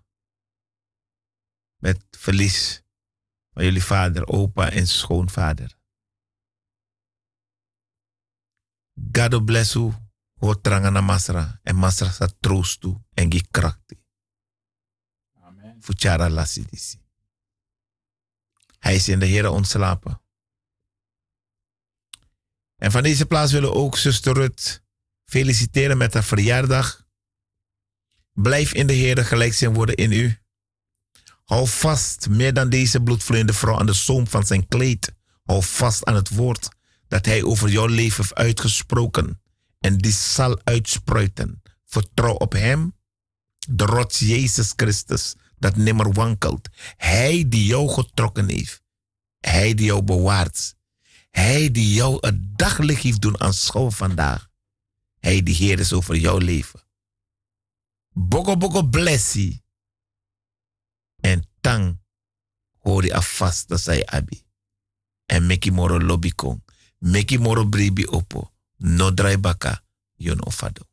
Met verlies van jullie vader, opa en schoonvader. God bless u, hoort trangen naar Masra. En Masra staat troost toe en ge kracht. Amen. Fuchara lasidisi. Hij is in de Heere ontslapen. En van deze plaats willen we ook zuster Rut feliciteren met haar verjaardag. Blijf in de Heere gelijk zijn worden in u. Hou vast, meer dan deze bloedvloeiende vrouw, aan de zoom van zijn kleed. Hou vast aan het woord dat hij over jouw leven heeft uitgesproken. En die zal uitspruiten. Vertrouw op hem, de rots Jezus Christus, dat nimmer wankelt. Hij die jou getrokken heeft. Hij die jou bewaart. Hij die jou het daglicht heeft doen aanschouwen vandaag. Hij die Heer is over jouw leven. Bogo bogo blessie. En tang hoor je afvast dat zij abi. En meki moro lobby kon. Meki moro bribi opo. No drai baka. Yon ofado.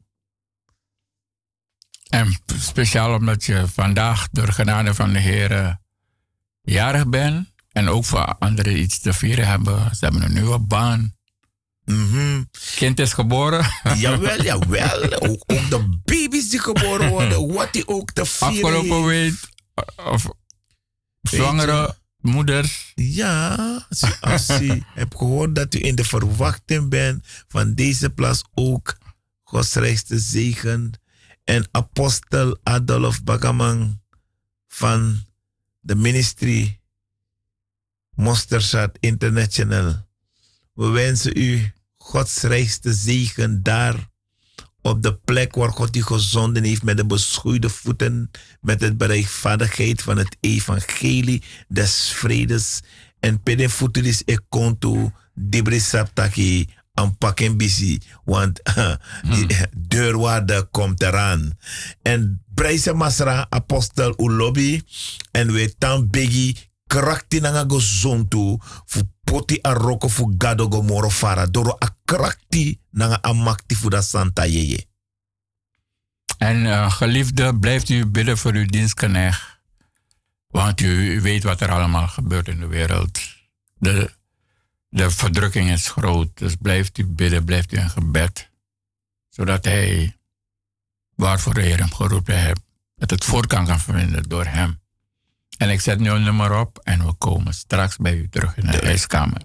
En speciaal omdat je vandaag door genade van de Heer jarig bent. En ook voor anderen iets te vieren hebben. Ze hebben een nieuwe baan. Kind is geboren. Jawel, jawel. Ook de baby's die geboren worden. Wat die ook te vieren. Afgelopen week. Of zwangere moeders. Ja, als ik heb gehoord dat u in de verwachting bent van deze plaats ook Gods rijkste zegen. En apostel Adolf Bagaman van de ministry Mosterzaad International. We wensen u Gods rijkste zegen daar op de plek waar God u gezonden heeft met de beschoeide voeten, met het berechtvaardigheid van het evangelie des vredes. En peden voetelis e konto dibri saptaki aanpakken bisi, want deurwaarde komt eraan. En prijzen Masra, apostel Ulobi, en we tan begi krakti nanga gezontu fu poti aroko fu gado gomoro fara doro a krakti nanga amakti fu da santa yeye. En geliefde, blijft u bidden voor uw dienstknecht. Want u weet wat er allemaal gebeurt in de wereld. De verdrukking is groot. Dus blijft u bidden, blijft u in gebed. Zodat hij, waarvoor de Heer hem geroepen heeft, dat het voortgang kan vinden door hem. En ik zet nu een nummer op en we komen straks bij u terug in de huiskamer.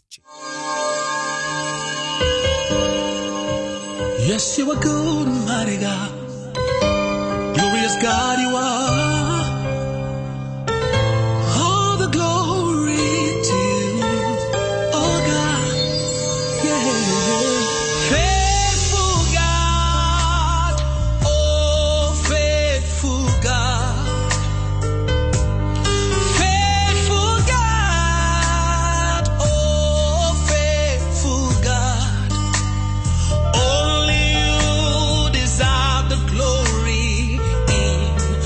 Yes, you are good, mighty God. Glorious God, you are. All the glory to you, oh God. Yeah. Faithful God, oh faithful God. Faithful God, oh faithful God. Only you deserve the glory in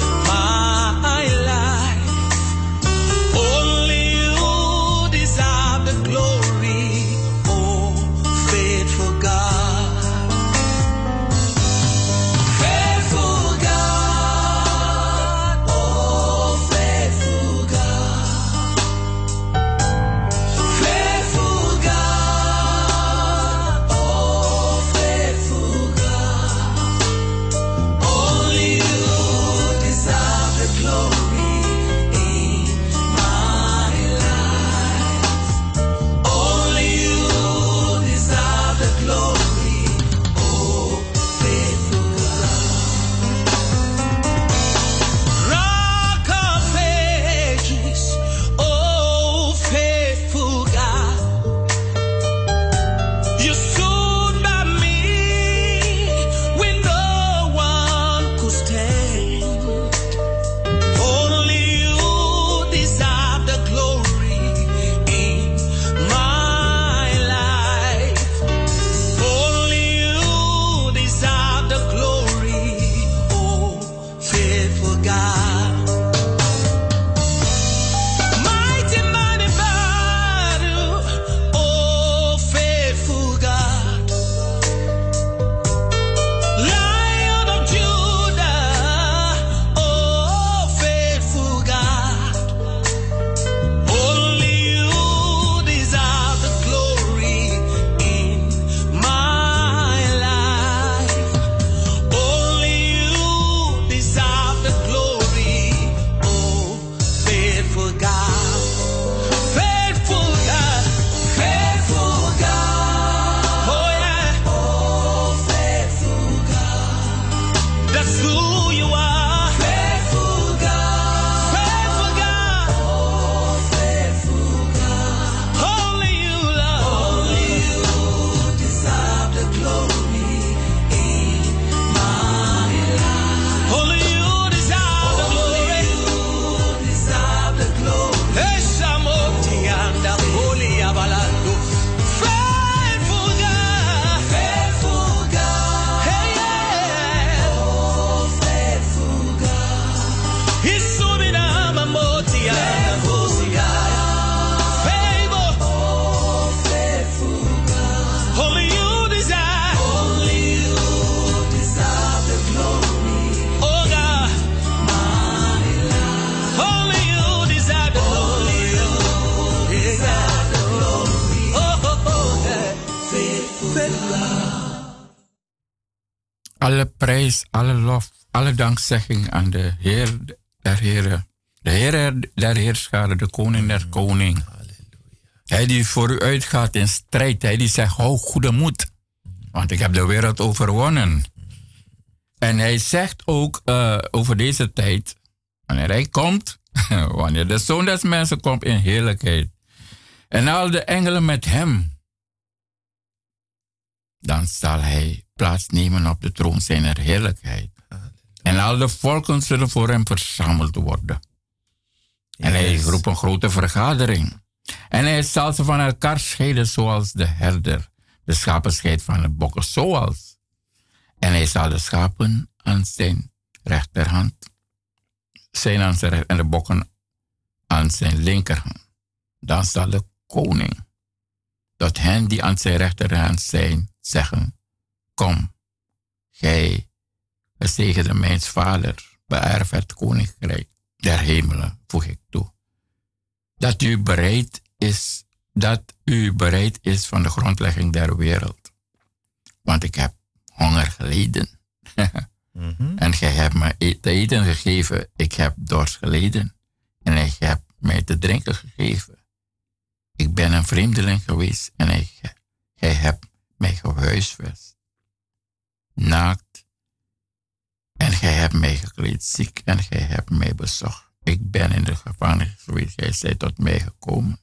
faithful God. Faithful God. Faithful God. Oh yeah. Oh, faithful God. That's who you are. Faithful God. Faithful God. Oh, faithful God. Only you, Lord. Only you deserve the glory in my life. Only you deserve the glory. Only you deserve the glory. Hey, Shamoti and the Holy Abalando. Faithful God. Faithful God. Hey, yeah. Oh, faithful God. Isubina Mamoti and the Hosia. Favor. Oh, faithful God. Only you deserve. Only you deserve the glory. Oh God. My life. Only you deserve the glory. Only you deserve the glory. Oh, oh, oh, yeah. Faithful God. Alle prijs, alle lof, alle dankzegging aan de Heer der Heren. De Heer der Heerscharen, de Koning der Koning. Hij die voor u uitgaat in strijd. Hij die zegt, hou goede moed. Want ik heb de wereld overwonnen. En hij zegt ook over deze tijd. Wanneer hij komt. Wanneer de Zoon des Mensen komt in heerlijkheid. En al de engelen met hem. Dan zal hij plaatsnemen op de troon zijner heerlijkheid. En al de volken zullen voor hem verzameld worden. En hij roept een grote vergadering. En hij zal ze van elkaar scheiden zoals de herder de schapen scheidt van de bokken. Zoals. En hij zal de schapen aan zijn rechterhand zijn aan zijn en de bokken aan zijn linkerhand. Dan zal de koning tot hen die aan zijn rechterhand zijn zeggen, kom, gij gezegende mijns vader, beërf het koninkrijk der hemelen, voeg ik toe. Dat u bereid is van de grondlegging der wereld. Want ik heb honger geleden. En gij hebt mij te eten gegeven. Ik heb dorst geleden. En gij hebt mij te drinken gegeven. Ik ben een vreemdeling geweest en gij hebt mij gehuisvest. Naakt. En gij hebt mij gekleed ziek en gij hebt mij bezocht. Ik ben in de gevangenis geweest, gij zijt tot mij gekomen.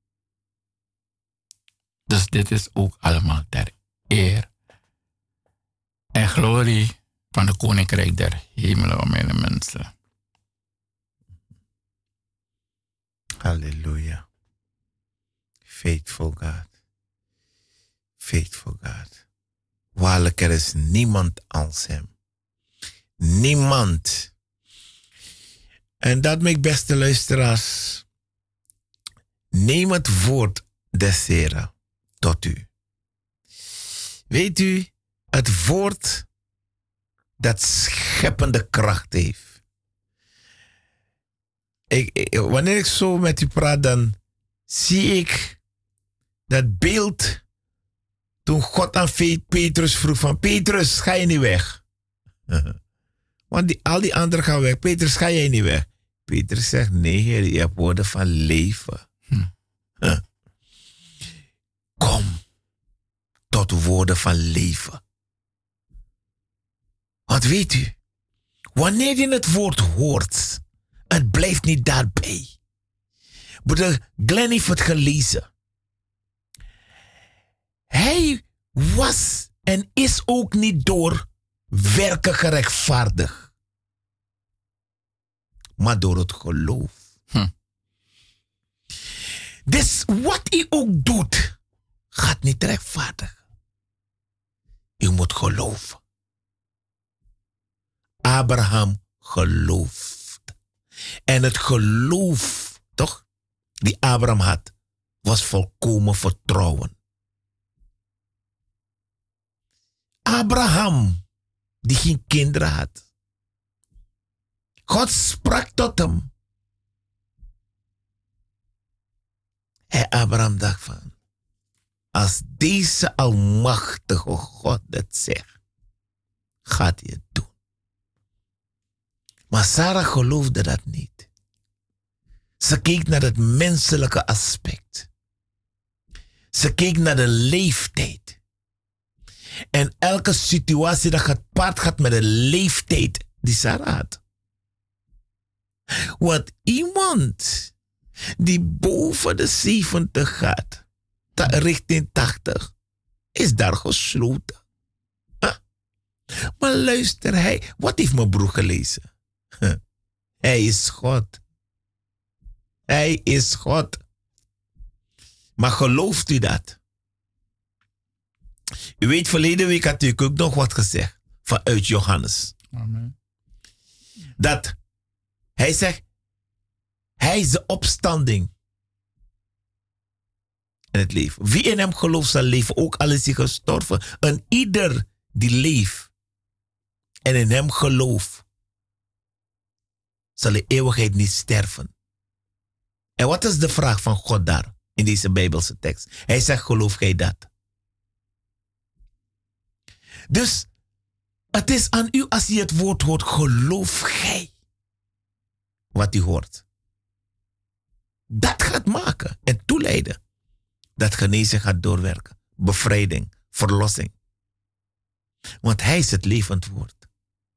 Dus dit is ook allemaal ter eer en glorie van de Koninkrijk der Hemelen, o mijn mensen. Halleluja. Faithful God. Faithful God. Waarlijk, er is niemand als hem. Niemand. En dat, mijn beste luisteraars, neem het woord des Heren tot u. Weet u, het woord dat scheppende kracht heeft. Wanneer ik zo met u praat, dan zie ik dat beeld toen God aan Petrus vroeg van, Petrus, ga je niet weg? Want al die anderen gaan weg. Petrus, ga jij niet weg? Petrus zegt, nee Heer, je hebt woorden van leven. Kom tot woorden van leven. Want weet u, wanneer je het woord hoort, het blijft niet daarbij. Broeder Glenn heeft het gelezen. Hij was en is ook niet door werken gerechtvaardigd, maar door het geloof. Dus wat hij ook doet, gaat niet rechtvaardig. U moet geloven. Abraham gelooft. En het geloof, toch, die Abraham had, was volkomen vertrouwen. Abraham, die geen kinderen had. God sprak tot hem. En Abraham dacht van, als deze almachtige God het zegt, gaat hij het doen. Maar Sarah geloofde dat niet. Ze keek naar het menselijke aspect. Ze keek naar de leeftijd. En elke situatie dat gepaard gaat met de leeftijd die Sarah had. Want iemand die boven de 70 gaat, richting 80, is daar gesloten. Maar luister, wat heeft mijn broer gelezen? Hij is God. Hij is God. Maar gelooft u dat? U weet, verleden week had ik ook nog wat gezegd vanuit Johannes. Amen. Dat hij zegt, hij is de opstanding en het leven. Wie in hem gelooft zal leven, ook al is hij gestorven. En ieder die leeft en in hem gelooft, zal in eeuwigheid niet sterven. En wat is de vraag van God daar in deze Bijbelse tekst? Hij zegt, geloof jij dat? Dus het is aan u als je het woord hoort, geloof gij wat u hoort. Dat gaat maken en toeleiden dat genezing gaat doorwerken. Bevrijding, verlossing. Want hij is het levend woord.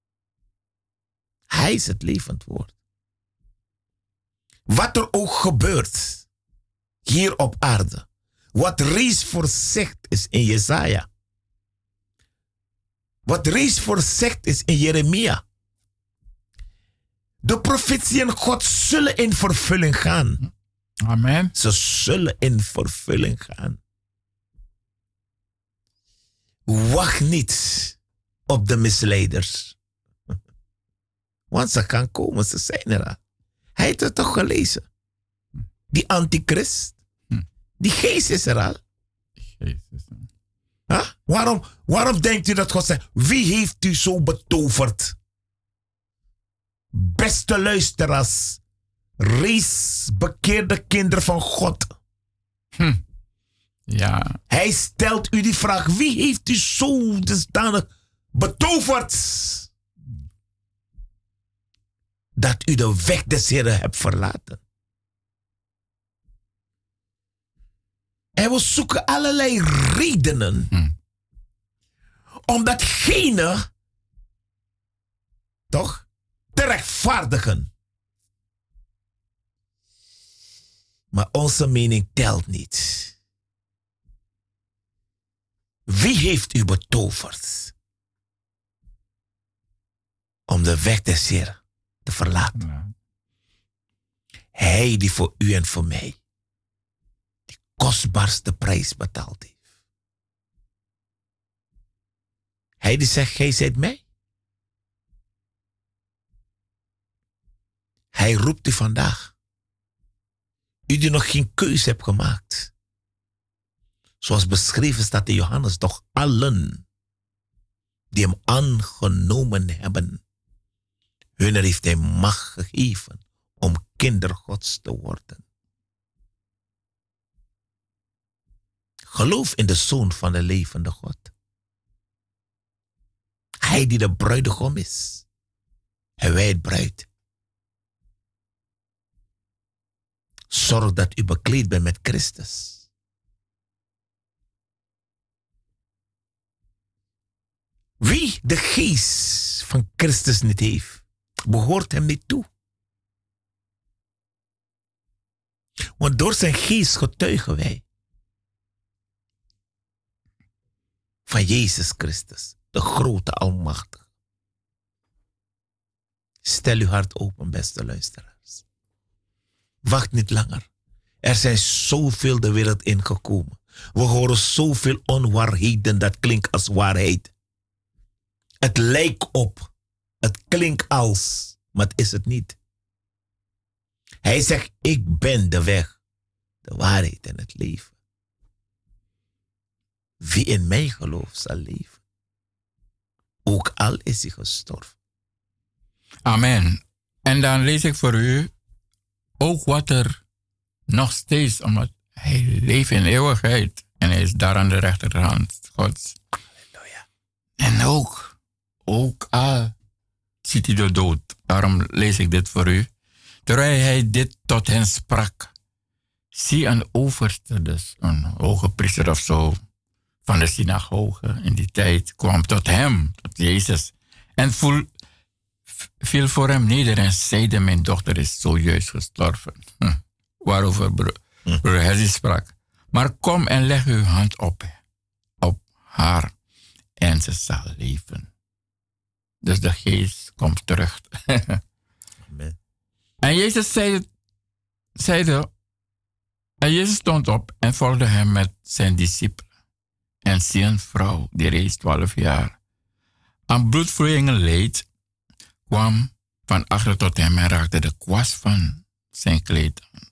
Hij is het levend woord. Wat er ook gebeurt hier op aarde. Wat reeds voorzegd is in Jesaja. Wat reeds voorzegd is in Jeremia. De profetieën God zullen in vervulling gaan. Amen. Ze zullen in vervulling gaan. Wacht niet op de misleiders. Want ze gaan komen, ze zijn er al. Hij heeft het toch gelezen? Die antichrist. Die geest is er al. Jezus. Huh? Waarom denkt u dat God zegt, wie heeft u zo betoverd? Beste luisteraars, reeds bekeerde kinderen van God. Ja. Hij stelt u die vraag, wie heeft u zo dusdanig betoverd? Dat u de weg des Heren hebt verlaten. En we zoeken allerlei redenen. Om datgene toch te rechtvaardigen. Maar onze mening telt niet. Wie heeft u betoverd om de weg des Heren te verlaten? Ja. Hij die voor u en voor mij die kostbaarste prijs betaald heeft. Hij die zegt, gij zijt mij. Hij roept u vandaag. U die nog geen keus hebt gemaakt. Zoals beschreven staat in Johannes, doch allen die hem aangenomen hebben, hun heeft hij macht gegeven om kinder Gods te worden. Geloof in de Zoon van de levende God. Hij die de bruidegom is. En wij het bruid. Zorg dat u bekleed bent met Christus. Wie de geest van Christus niet heeft, behoort hem niet toe. Want door zijn geest getuigen wij van Jezus Christus, de grote almachtige. Stel uw hart open, beste luisteraars. Wacht niet langer. Er zijn zoveel de wereld ingekomen. We horen zoveel onwaarheden dat klinkt als waarheid. Het lijkt op, het klinkt als, maar het is het niet. Hij zegt, ik ben de weg, de waarheid en het leven. Wie in mij gelooft zal leven. Ook al is hij gestorven. Amen. En dan lees ik voor u ook wat er nog steeds, omdat hij leeft in eeuwigheid en hij is daar aan de rechterhand Gods. Halleluja. En ook al ziet hij de dood. Daarom lees ik dit voor u. Terwijl hij dit tot hen sprak, zie een overste, dus een hoge priester of zo, van de synagoge in die tijd, kwam tot hem, tot Jezus, en viel voor hem neder en zeide, mijn dochter is zojuist gestorven. Waarover broer Hezzy sprak. Maar kom en leg uw hand op haar en ze zal leven. Dus de geest komt terug. Amen. En Jezus zeide, en Jezus stond op en volgde hem met zijn discipelen. En zie een vrouw, die reeds 12 jaar aan bloedvloeien leed, kwam van achter tot hem en raakte de kwast van zijn kleed aan.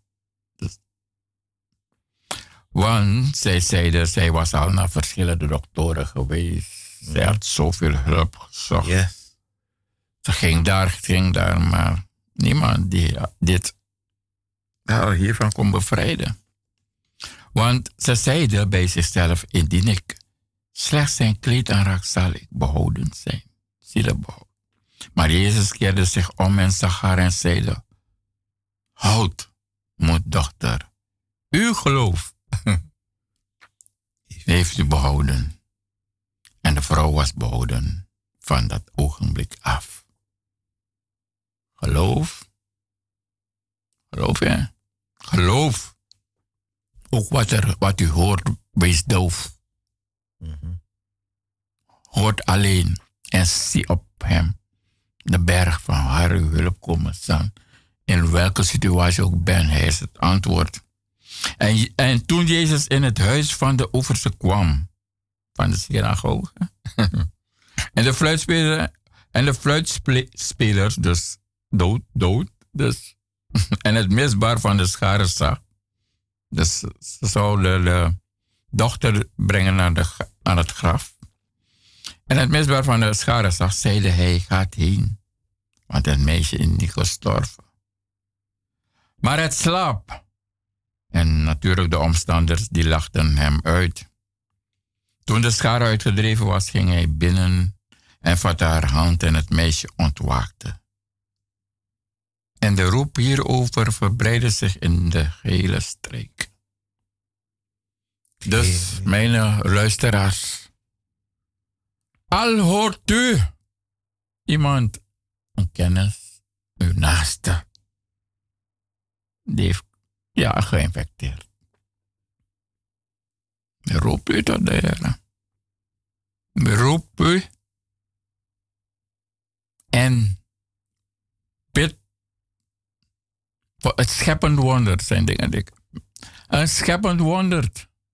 Want zij zeide, zij was al naar verschillende doktoren geweest. Zij had zoveel hulp gezocht. Yes. Ze ging daar, maar niemand die haar hiervan kon bevrijden. Want ze zeide bij zichzelf, indien ik slechts zijn kleed aanraak, zal ik behouden zijn. Zielebehouden. Maar Jezus keerde zich om en zag haar en zeide, houd, mijn dochter, uw geloof heeft u behouden. En de vrouw was behouden van dat ogenblik af. Geloof. Geloof, hè? Geloof. Ook wat u hoort, wees doof. Hoort alleen en zie op hem de berg van waar uw hulp komen staan. In welke situatie ook ben, hij is het antwoord. En toen Jezus in het huis van de overste kwam, van de synagoge, en de fluitspelers, dus dood, dus, en het misbaar van de schare zag. Dus ze zouden de dochter brengen aan het graf. En het misbaar van de schare zag, zeide hij, gaat heen, want het meisje is niet gestorven. Maar het slaapt. En natuurlijk de omstanders, die lachten hem uit. Toen de schare uitgedreven was, ging hij binnen en vatte haar hand en het meisje ontwaakte. En de roep hierover verbreidde zich in de hele streek. Dus, mijn luisteraars, al hoort u iemand, een kennis, uw naaste, die heeft geïnfecteerd. Roep u tot de Heer. Roep u en bid voor het scheppend wonder, zijn dingen die een scheppend wonder.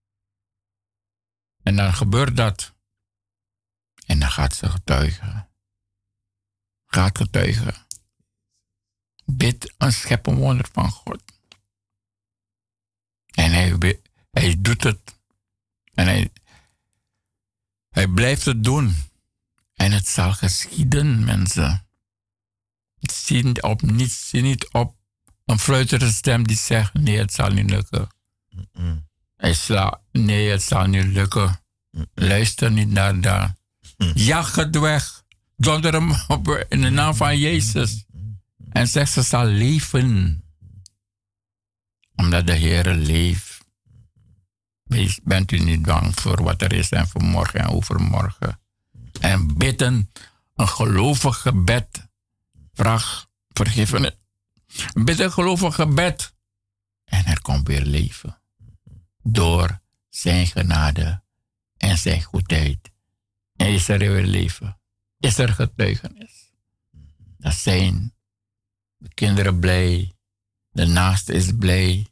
En dan gebeurt dat. En dan gaat ze getuigen. Gaat getuigen. Bid een scheppend wonder van God. En hij doet het. En hij blijft het doen. En het zal geschieden, mensen. Zie niet op een fluiterende stem die zegt, nee, het zal niet lukken. Nee, het zal niet lukken. Luister niet naar dat. Jaag het weg. Donder hem op in de naam van Jezus. En zeg, ze zal leven. Omdat de Heer leeft. Bent u niet bang voor wat er is en voor morgen en overmorgen. En bidden een gelovig gebed. Vraag vergiffenis. Bid een gelovig gebed. En er komt weer leven. Door zijn genade en zijn goedheid. En is er weer leven. Is er getuigenis. Dan zijn de kinderen blij. De naaste is blij.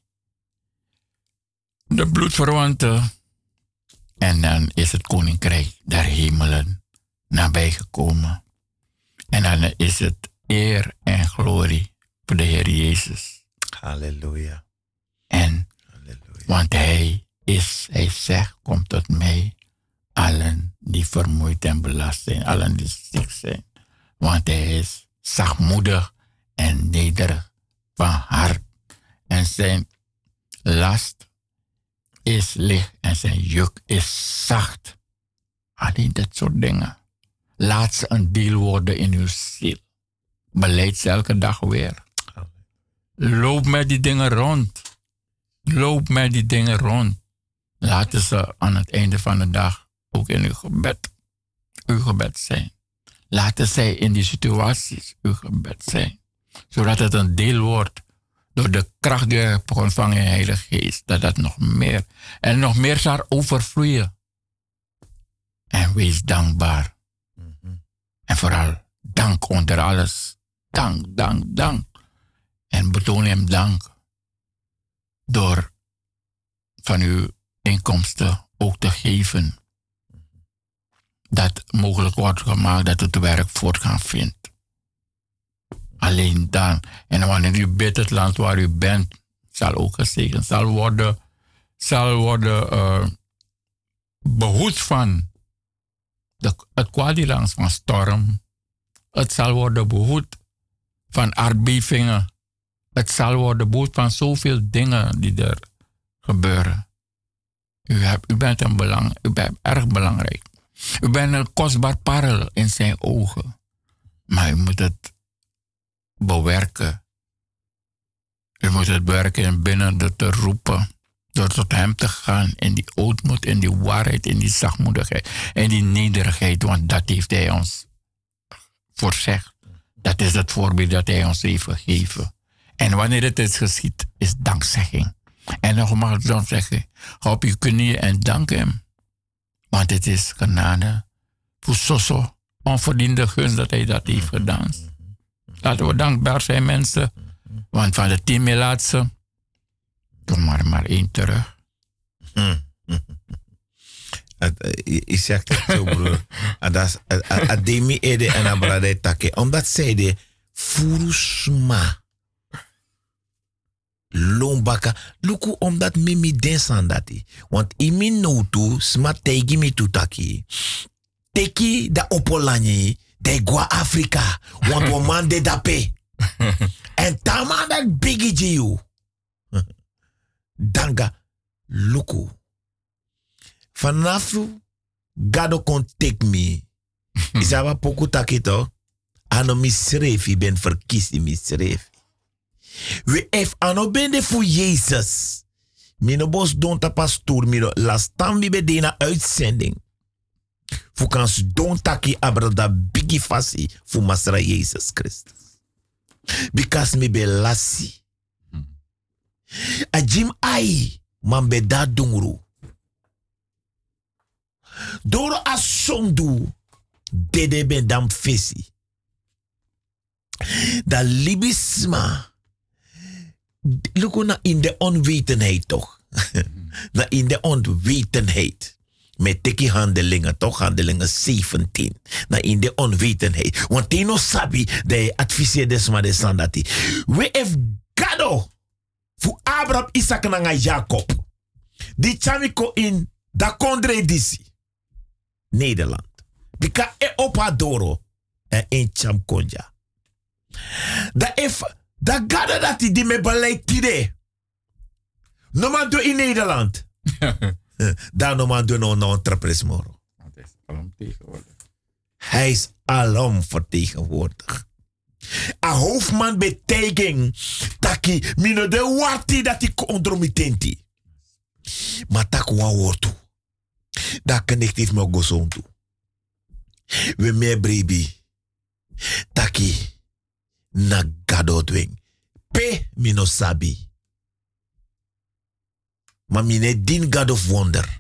De bloedverwanten. En dan is het koninkrijk der hemelen nabijgekomen. En dan is het eer en glorie voor de Heer Jezus. Halleluja. En, want hij zegt, kom tot mij, allen die vermoeid en belast zijn, allen die ziek zijn. Want hij is zachtmoedig en nederig van hart. En zijn last is licht en zijn juk is zacht. Alleen dat soort dingen. Laat ze een deel worden in uw ziel. Beleid ze elke dag weer. Loop met die dingen rond. Loop met die dingen rond. Laten ze aan het einde van de dag ook in uw gebed zijn. Laten zij in die situaties uw gebed zijn. Zodat het een deel wordt door de kracht die je hebt ontvangen in de Heilige Geest. Dat dat nog meer en nog meer zal overvloeien. En wees dankbaar. En vooral dank onder alles. Dank, dank, dank. En betoon hem dank. Door van uw inkomsten ook te geven. Dat mogelijk wordt gemaakt dat het werk voortgang vindt. Alleen dan. En wanneer u bidt, het land waar u bent, zal ook gezegend, zal worden behoed van het kwade langs van storm. Het zal worden behoed van aardbevingen. Het zal worden behoed van zoveel dingen die er gebeuren. U bent erg belangrijk. U bent een kostbaar parel in zijn ogen. Maar u moet het bewerken. U moet het bewerken en binnen door te roepen. Door tot hem te gaan in die ootmoed, in die waarheid, in die zachtmoedigheid. En die nederigheid, want dat heeft hij ons voorzegd. Dat is het voorbeeld dat hij ons heeft gegeven. En wanneer het is geschied, is dankzegging. En nogmaals dan zeggen, ga op je knieën en dank hem. Want het is genade. Voor zo onverdiende gunst dat hij dat heeft gedaan. Laten we dankbaar zijn, mensen. Want van de 10 laatste, kom maar 1 terug. Je zegt het zo, broer. Ademi ede en abrade take. Omdat zij de furusma. Lombaka. Luku omdat mimi densan dati. Want imi no tu sma tegi mi tu taki. Teki da opolani. De gua Afrika. Want we man de dape. En tama dat bigi jiu. Danga. Luku. Vanaf gado kon take me. Isaba poku takito. Ano misrefi ben verkisi misrefi. We ef ano bende voor Jezus. Mino bos don ta pastoor mino lastan mi be dena uitzending. Fu kans don taki abrada bigi fasi fu masra Jezus Christus. Because mi be lasi. A jim ai man be da dungru. Doro a sondu dede ben dam fesi. Da libisma. Look na in de onwetendheid toch. Na in de onwetendheid. Met teki handelingen, toch? Handelingen 17. Na in de onwetendheid. Want teno sabi de adviseer desma de sandati. We have gado. Fu Abraham, Isaac en Jacob. Die chamiko in da kondre disi. Nederland. Bika e opadoro. En in chamkonja. Da if da gada dat die me beleid tide. No man do in Nederland. Daar no man do no entrepres moro. Hij is alom vertegenwoordig. A hoofdman betekent taki mino de warti dat ik ondromitenti. Maar tak wan wortu. Dat connectief me gozon toe. We me brebi. Taki na gado dwing. Pe mino sabi. Maar mine din God of wonder.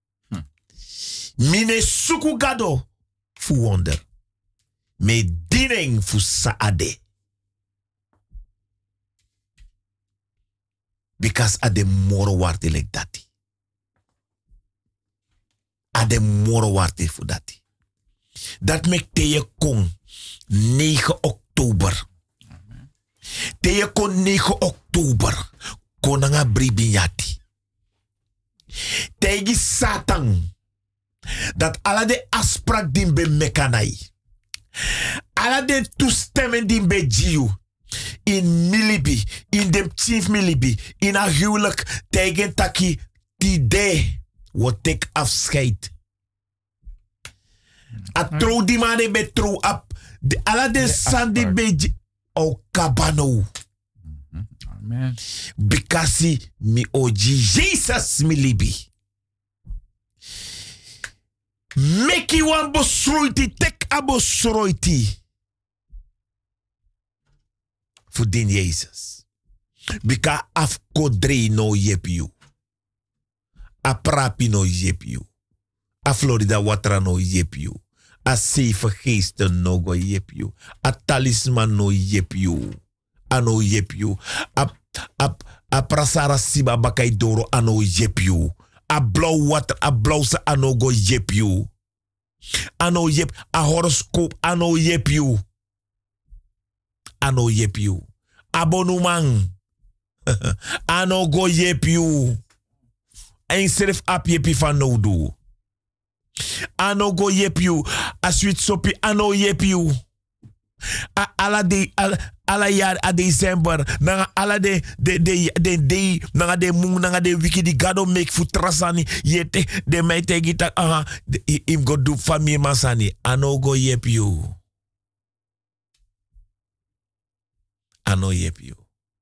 Mine suku gado fu wonder. Me dining fu saade. Because ade moro warte like dati. Ade moro warte fu dati. Dat mek teye kon 9 oktober. Teye kon 9 oktober. Konanga bribinyati. Tegi Satan. Dat alle de afspraak die be mekanai. Alle de toestemmen die be jiu. In Milibi. In de chief Milibi. In een huwelijk. Tegen taki. Die de. Wat ik afscheid. A trouw die man be trouw op. Alle de sandi be jiu. O kabano. Amen. Bikasi mi oji Jesus mi libi. Meki wan bosroiti, tek abosroiti. Voor din Jezus. Bika afkodre no yep you. A prapi no yep you. A Florida watra no yep you. A safe geesten no go yep you. A talisman no yep you. A no yep you. A prasara siba bakay doro a no yep you. A blauw water, a blauw se a no go yep you. A no yep, a horoscope a no yep you. A no yep you. Abonnement. A no go yep you. En serf ap yepi van no do. A no go yep you. A sweet sopi a no yep you. A ala jaar a december. Nanga ala de nanga de moon nanga de wiki di gado make fu trasani. Yete de mij tegi tak im go do fami masani. A no go yep you. I no yep you.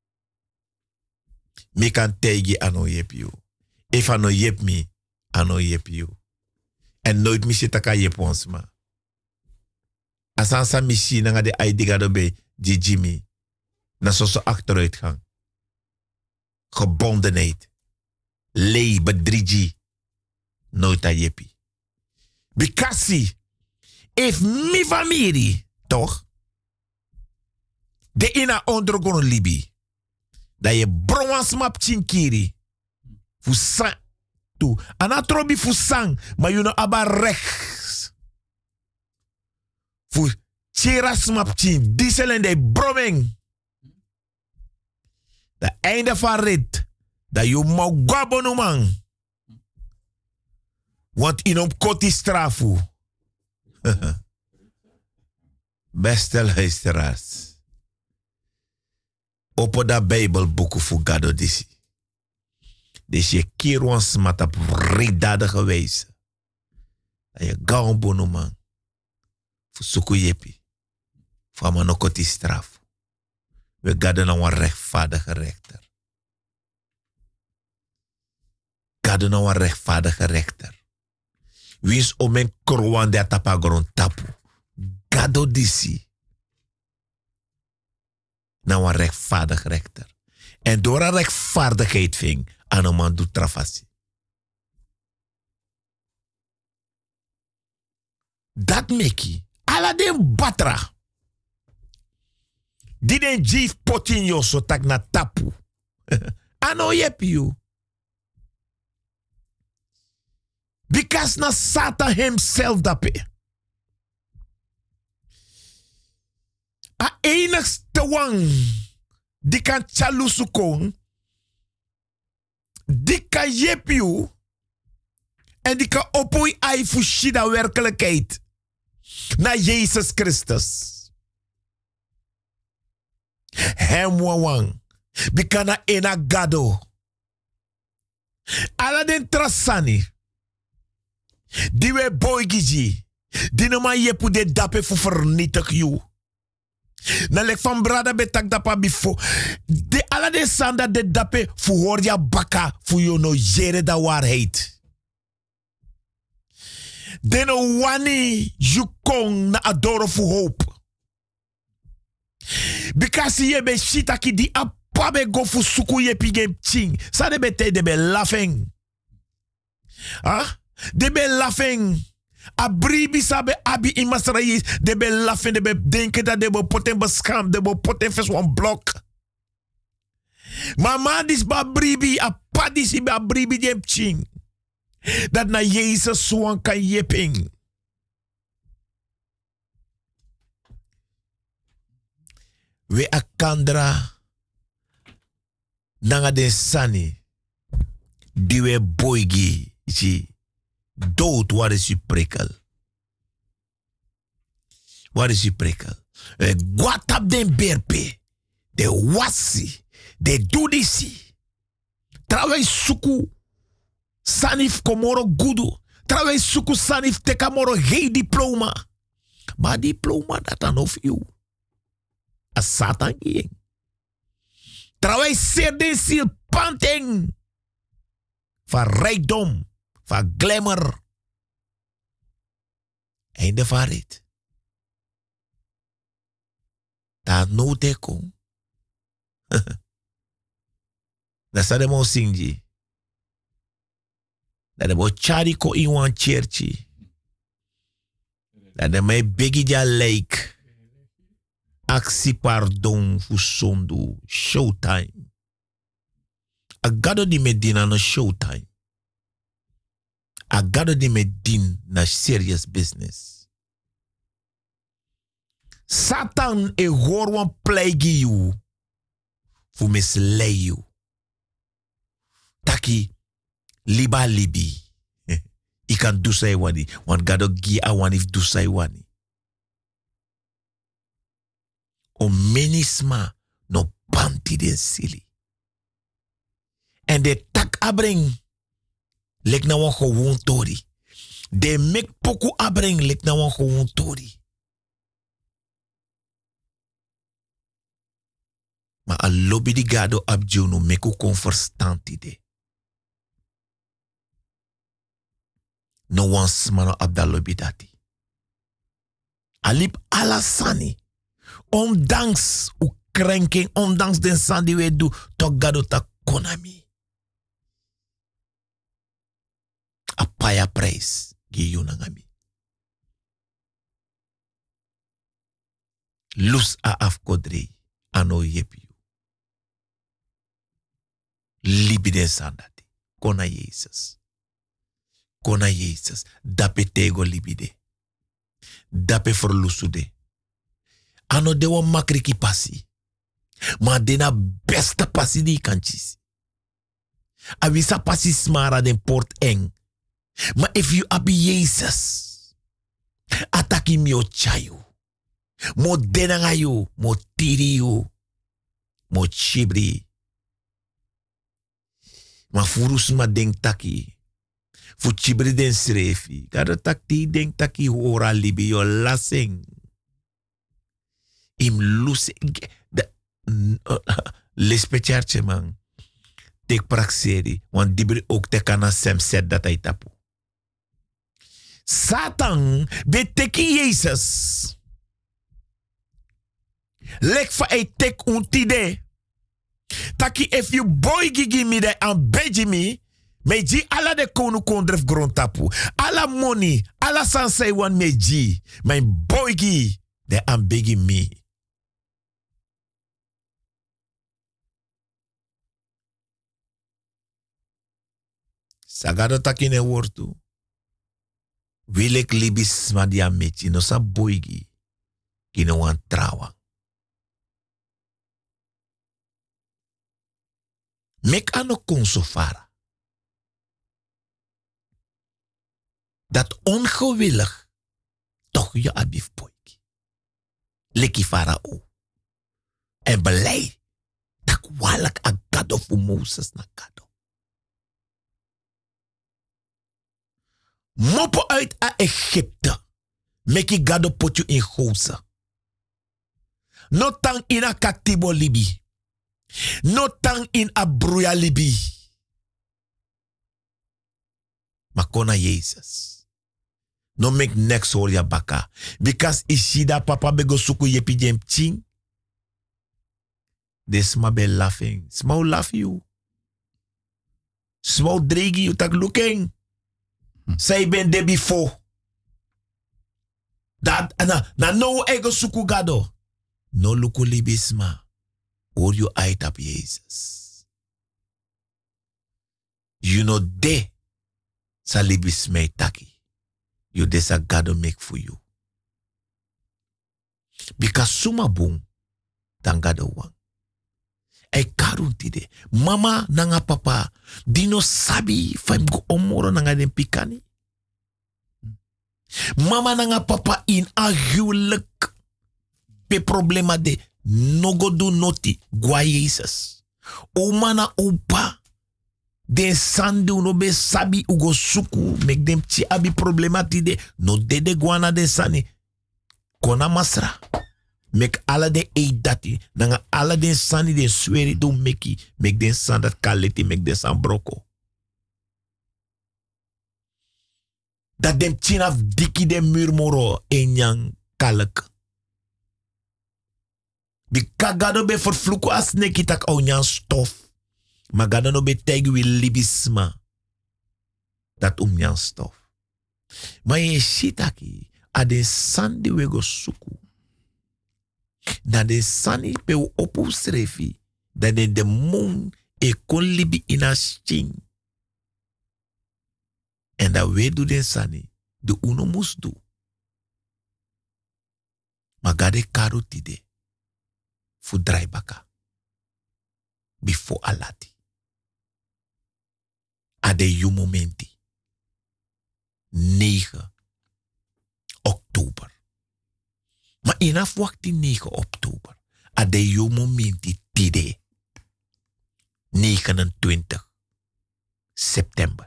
Me kan tegi I no yep you. If I no yep me, I no yep you. En nooit mi sitaka yep ons ma. Asan sa misi nga de ID gado be di Jimmy. Na so achteruitgang. Gebondenheid. Lei bedrigi. Nooit a yepi. Bikasi. If mi familie, toch? De ina ondergon libi. Dat je brouwans map chinkiri. Fusang. Tu. Anatrobi fusang. Maar je no aba rechts. Fu chiras map chin. Diesel en de broming. De einde van rit. Dat je mau gwabonu man. Want in op koti strafu. Beste luisteraars. Opo da Bijbelboeken voor Gado disi. Dus je keer ons met op redadige wijze. Dat je gauw bono man. Voor suku jepi. Voor man ook die straf. We Gado na een rechtvaardige rechter. Gado na een rechtvaardige rechter. Wie is om een kroan de tapagron tapu. Gado disi. Nou een rechtvaardig rechter. En door een rechtvaardigheid ving, aan een man doet trafasi. Dat meki, ala den batra. Die den jief potinyo so tak na tapu. Ano yep you. Because na Satan himself dape. A enigste wang die kan chalusukong, die kan jepiu en die kan opoi ai fushida werkelijkheid na Jezus Christus. Hem wang, bikana ena gado. Ala den trasani, die we boygiji, die no ma jepu de dape fu vernietig you. Na lek van brada betak dapa bifo. De ala de sanda de dape fu hoorja baka fu yo no jere da waarheid. De no wani jukong na adoro fu hope. Because ye be shitaki di apabe go fu suku ye pige ching. Sa de be te de be laughing. Ah? De be laughing. Abribi sabe abi imasraïs. De be laffen, de be denken dat de be poten bescham, de be poten ves one blok. Mama dis ba bribi, a padis ibe abribi de ching. Dat na Jezus zoan kan yeping. We akandra nanga den sani. Diwe boygi ji. Dood, wat is uw prikkel? Wat is uw prikkel? Guatap den berpe. De wasi. De dudisi. Trawai suku. Sanif komoro gudu. Trawai suku sanif tekamoro geen diploma. Maar diploma dat dan of you. A Satan ging. Trouwens, zeer de ziel panting. Van rijkdom. Van glamour. Einde van rit. Daar no teko. Dat sa de mo singji. Dat de mo chariko in wan cherchi. Dat de me begi ja lake. Aksi pardon fu sondu. Showtime. Agado di medina no showtime. Agado di medin na serious business. Satan e hoor wan plague you. Fu mislei you. Taki liba libi. I kan do say wani. Want gado gi a wani if do say wani. O menisma no panti den sili. En de tak abring. Lek na wan gewoon tori. De mek poku abring. Lek na wan gewoon tori. Maar a lobby di gado abjono meku kon verstanti de. No one smano abda lobby dati. Alip alasani. Ondanks u krenking, ondanks den sandi we do, to gado ta konami. A paya prijs gi yunangami. Lus a afkodrei, ano yepi. Libi den sandati. Kona Jezus. Kona Jezus. Dape tego libide. Dape verlusude. Ano de wan makriki pasi. Maar de na beste pasi di kanchis. Avisa pasi smara den port eng. Maar if you abi Jezus. Ataki mi o chayu. Mo denanga you. Mo tiri you. Mo chibri. Maar furus ma denk taki. Fu chibri den srefi. Kada takti denk taki hora libi yo lasing. Im luse. Lespecharche man. Tek prakseri. Want dibri ook te kana sem set dat hij tapu. Satan beteki Jezus. Lek fa ei tek untide. Taki if you boy gigi mi de an beji mi. Meji ala de konu kondref grond tapu. Ala money. Ala sansei wan meji. Mijn boy gi de an begi mi. Sagado takine wortu. Wilek libis madia mechi no sa boygi. Kino wan trawa. Mek ano konsofara. Dat ongewillig toch je abif boygi. Leki fara o. En belei. Tak walak agado fu Moses na gado. Mopo uit a Egypte. Meki gado potju in Goza. No tang in a Katibo Libi. No tang in a Bruya Libi. Makona Jezus. No make next hoor ya baka. Because ishida papa bego suku yepi jem ching. This ma be laughing. Small laugh you. Small drigi you tak looking. Zij ben de before. Dat na no ego suku gado. No luku libisma. Or you ait up Jezus. You know de sa libisme taki. You de sa gado make for you. Because suma boom. Dan gado wang. E karuntide. Mama nanga papa. Dino sabi fam go omoro nanga den pikani. Mama nanga papa in a huwelijk. Pe problema de. Nogo do noti. Gwa Jezus. Oma na opa. Den sandu no be sabi ugo suku. Mek dem chi abi problemati de. No dede guana de sani. Kona masra. Mek alle de eet dati. Nanga alle den sani den sweri do meki. Mek den san dat kaleti mek den san broko. Dat dem chinaf diki den murmuro en yang kalk. Bi kagado be vervloeken as neki tak au nyan stof. Maar gado no be tegi wi libisma. Dat nyan stof. Maar je shitaki a de sandi we go suku. Na de sani pe u opu srefi. Dat de moon e kon libi ina sting. En dat we do den sani. De uno mus do. Maar gade karo tide. Fu draibaka. Before alati. Ade yu momenti. 9 oktober. Maar inaf wakti 9 oktober. Ade yu momenti tide. 29 september.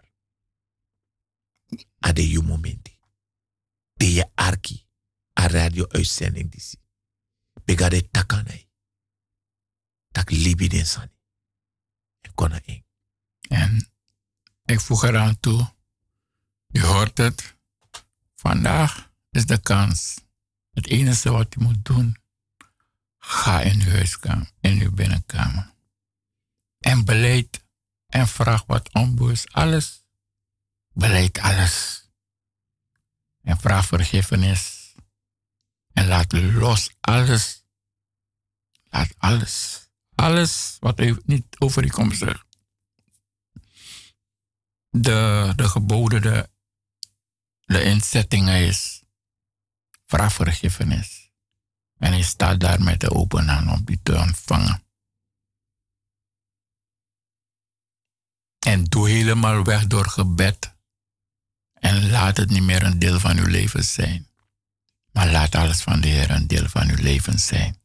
Ade yu momenti. De je arki. A radio uitzending disi. Begade takanai. Tak libi den sani. En kona ing. En ik voeg eraan toe, u hoort het, vandaag is de kans. Het enige wat u moet doen, ga in uw huiskamer, in uw binnenkamer. En beleid en vraag wat onbewust, alles. Beleid alles. En vraag vergiffenis. En laat los alles. Laat alles. Alles wat u niet over u komt zeggen. De geboden, de inzettingen is. Vraag vergiffenis. En hij staat daar met de open hand om die te ontvangen. En doe helemaal weg door gebed. En laat het niet meer een deel van uw leven zijn. Maar laat alles van de Heer een deel van uw leven zijn.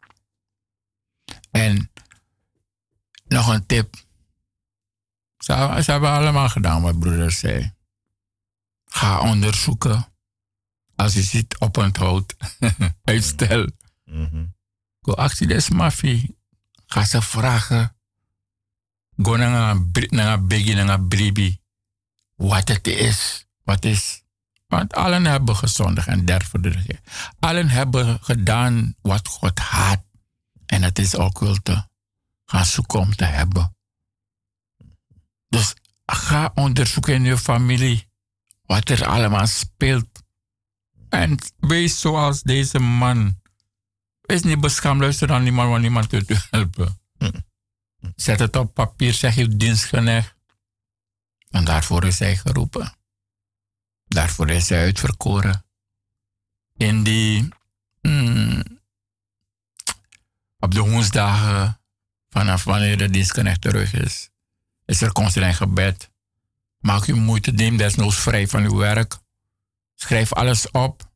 En nog een tip. Ze hebben allemaal gedaan wat broeder zei. Ga onderzoeken. Als je ziet op onthoud. Uitstel. Go actie des mafie. Ga ze vragen. Go naar een biggie, naar een bribi. Wat het is. Wat is. Want allen hebben gezondigd en dergelijke. Allen hebben gedaan wat God haat. En het is occulte. Gaan zoeken om te hebben. Dus ga onderzoeken in je familie. Wat er allemaal speelt. En wees zoals deze man. Wees niet beschaamd. Luister naar niemand, want niemand kunt u helpen. Zet het op papier. Zeg je dienstknecht. En daarvoor is hij geroepen. Daarvoor is hij uitverkoren. In die... op de woensdagen, vanaf wanneer de dienstknecht terug is, is er constant gebed. Maak u moeite, neem desnoods vrij van uw werk. Schrijf alles op.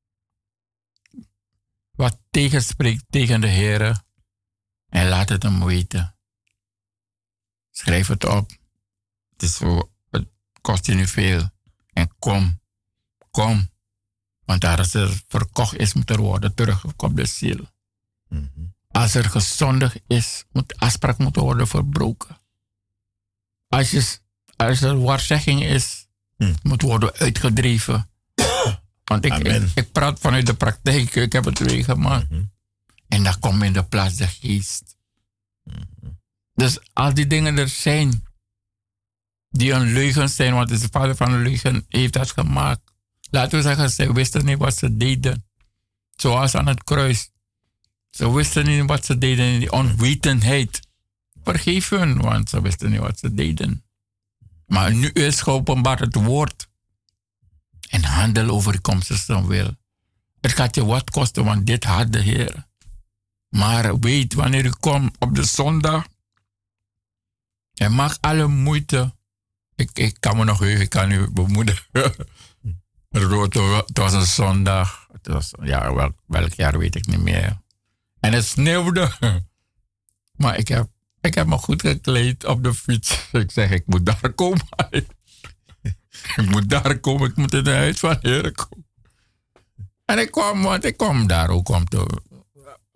Wat tegenspreekt tegen de Heer. En laat het hem weten. Schrijf het op. Het kost je niet veel. En kom. Want daar is er verkocht is, moet er worden teruggekomen de ziel. Als er gezondig is, moet de afspraak moeten worden verbroken. Als er waarzegging is, moet worden uitgedreven. Want ik praat vanuit de praktijk, ik heb het meegemaakt. En dan komt in de plaats de geest. Dus als die dingen er zijn, die een leugen zijn, want de vader van een leugen heeft dat gemaakt. Laten we zeggen, ze wisten niet wat ze deden. Zoals aan het kruis. Ze wisten niet wat ze deden in die onwetendheid. Vergeef hun, want ze wisten niet wat ze deden. Maar nu is geopenbaard het woord. En handel overeenkomstig zijn wil. Het gaat je wat kosten, want dit had de Heer. Maar weet, wanneer u komt op de zondag. En maak alle moeite. Ik kan me nog heugen, ik kan u bemoedigen. Het was een zondag. Het was, ja, welk jaar weet ik niet meer. En het sneeuwde. Maar ik heb me goed gekleed op de fiets. Ik zeg, ik moet daar komen. Ik moet daar komen. Ik moet in de huis van de Heer komen. En ik kwam daar ook om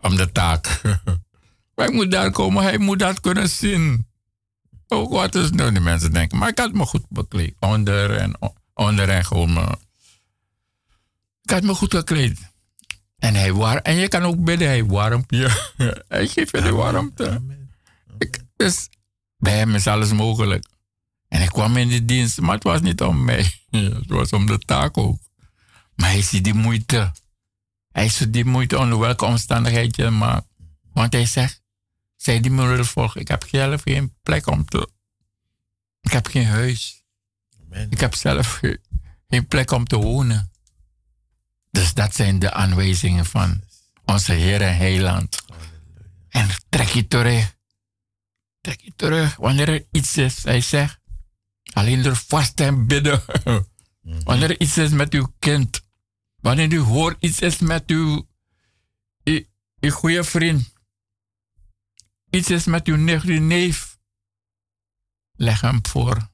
om de taak. Maar ik moet daar komen, hij moet dat kunnen zien. Ook wat is nou, die mensen denken. Maar ik had me goed bekleed. Onder en gewoon. Ik had me goed gekleed. En en je kan ook bidden, hij warmt je. Hij geeft je die warmte. Dus bij hem is alles mogelijk. En ik kwam in de dienst, maar het was niet om mij. Het was om de taak ook. Maar hij ziet die moeite. Hij ziet die moeite onder welke omstandigheid je maakt. Want hij zegt, zij die me willen volgen, ik heb zelf geen plek om te... Ik heb geen huis. Amen. Ik heb zelf geen plek om te wonen. Dus dat zijn de aanwijzingen van onze Heer en Heiland. En trek je terug. Trek je terug. Wanneer er iets is, hij zegt, alleen door vast en bidden. Wanneer er iets is met uw kind. Wanneer u hoort iets is met uw goede vriend. Iets is met uw nicht, uw neef. Leg hem voor.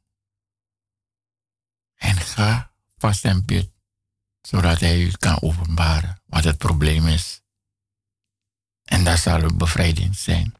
En ga vast en bid. Zodat hij u kan openbaren wat het probleem is. En dat zal een bevrijding zijn.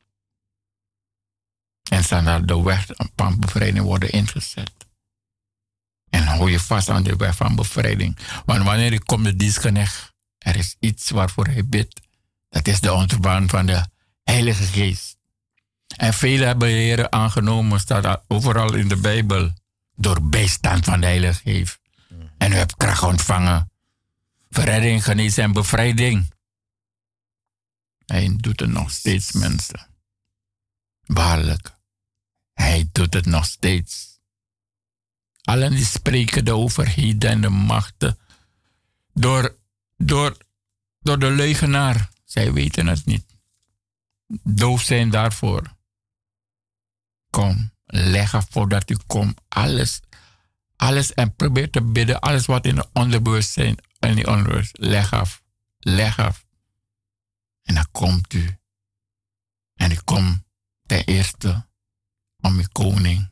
En zal de weg van bevrijding worden ingezet. En hou je vast aan de weg van bevrijding. Want wanneer ik kom de dienstknecht, er is iets waarvoor hij bidt. Dat is de onderbaan van de Heilige Geest. En velen hebben de Heer aangenomen, staat overal in de Bijbel. Door bijstand van de Heilige Geest. En u hebt kracht ontvangen. Verredding, genezing en bevrijding. Hij doet het nog steeds, mensen. Waarlijk. Hij doet het nog steeds. Allen die spreken de overheden en de machten. Door de leugenaar. Zij weten het niet. Doof zijn daarvoor. Kom, leg af voordat u komt. Alles en probeer te bidden. Alles wat in het onderbewustzijn en die onrust. Leg af. Leg af. En dan komt u. En ik kom ten eerste om uw koning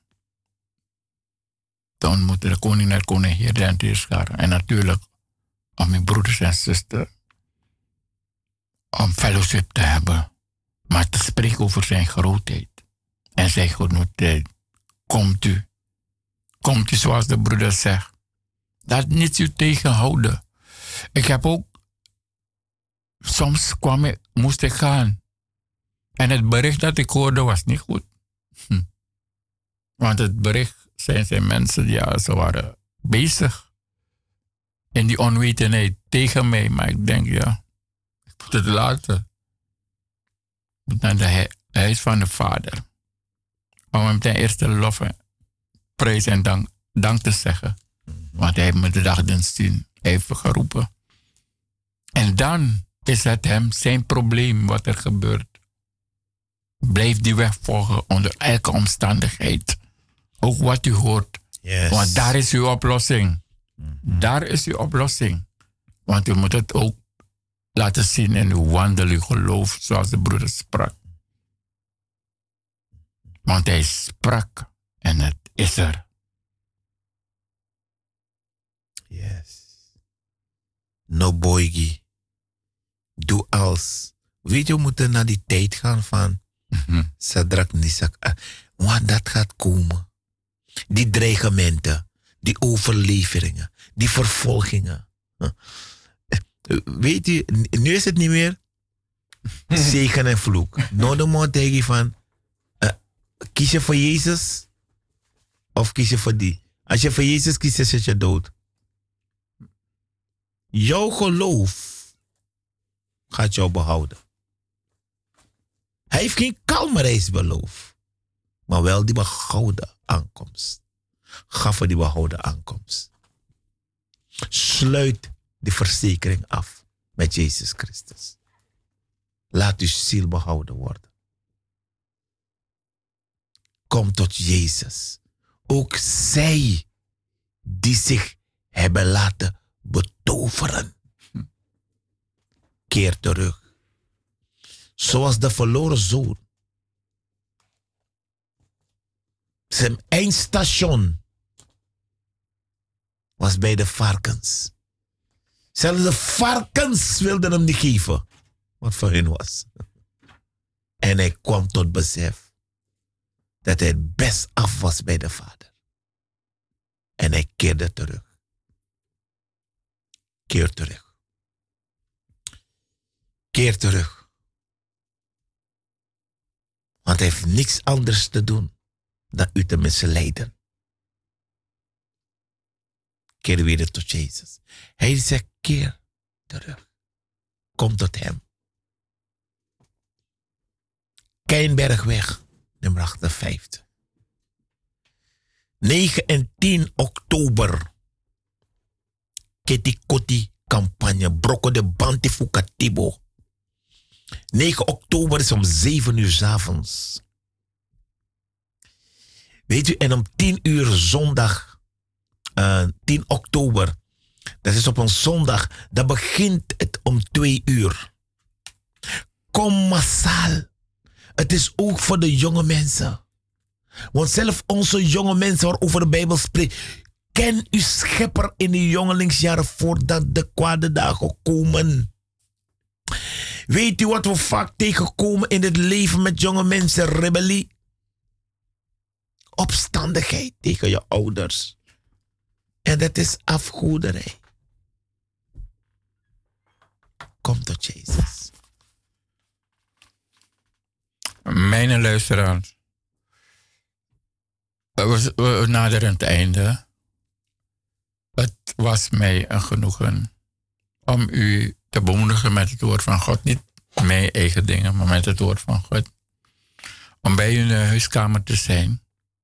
te ontmoeten. De koning en de koning, Heer en Heerscharen. En natuurlijk om mijn broeders en zusters. Om fellowship te hebben. Maar te spreken over zijn grootheid. En zijn grootheid. Komt u. Komt u zoals de broeder zegt. Dat niets u tegenhouden. Ik heb ook... Soms moest ik gaan. En het bericht dat ik hoorde was niet goed. Want het bericht zijn mensen, ja, ze waren bezig. In die onwetendheid tegen mij. Maar ik denk, ja, ik moet het laten. Ik moet naar het huis van de Vader. Om hem ten eerste lof, prijs en dank te zeggen. Want hij heeft me de dagdienst zien. Hij heeft me geroepen. En dan is het hem zijn probleem wat er gebeurt. Blijf die weg volgen onder elke omstandigheid. Ook wat u hoort. Yes. Want daar is uw oplossing. Daar is uw oplossing. Want u moet het ook laten zien in uw wandel, uw geloof, zoals de broeder sprak. Want hij sprak en het is er. Yes. No boygie. Doe als. Weet je, we moeten naar die tijd gaan van Sadrak Nisak. Want dat gaat komen. Die dreigementen, die overleveringen, die vervolgingen. Weet je, nu is het niet meer zegen en vloek. Nou, de moet zeggen van, kies je voor Jezus of kies je voor die? Als je voor Jezus kiest, is je dood. Jouw geloof gaat jou behouden. Hij heeft geen kalme reis beloofd, maar wel die behouden aankomst. Ga voor die behouden aankomst. Sluit die verzekering af met Jezus Christus. Laat uw ziel behouden worden. Kom tot Jezus. Ook zij die zich hebben laten betoveren. Keer terug. Zoals de verloren zoon. Zijn eindstation was bij de varkens. Zelfs de varkens wilden hem niet geven wat voor hen was. En hij kwam tot besef dat hij het best af was bij de Vader. En hij keerde terug. Keer terug. Keer terug. Want hij heeft niks anders te doen dan u te misleiden. Keer weer tot Jezus. Hij zegt, keer terug. Kom tot hem. Keinbergweg, nummer 58. 9 en 10 oktober. Ketikoti campagne. Broko de Bantifuka Tibo. 9 oktober is om 7 uur 's avonds. Weet u, en om 10 uur zondag, 10 oktober, dat is op een zondag, dan begint het om 2 uur. Kom massaal. Het is ook voor de jonge mensen. Want zelf onze jonge mensen waarover de Bijbel spreekt, ken uw schepper in de jongelingsjaren voordat de kwade dagen komen. Weet u wat we vaak tegenkomen in het leven met jonge mensen? Rebellie. Opstandigheid tegen je ouders. En dat is afgoederij. Kom tot Jezus. Mijn luisteraars. We naderen het einde. Het was mij een genoegen om u te bemoedigen met het woord van God. Niet mijn eigen dingen, maar met het woord van God. Om bij u in de huiskamer te zijn.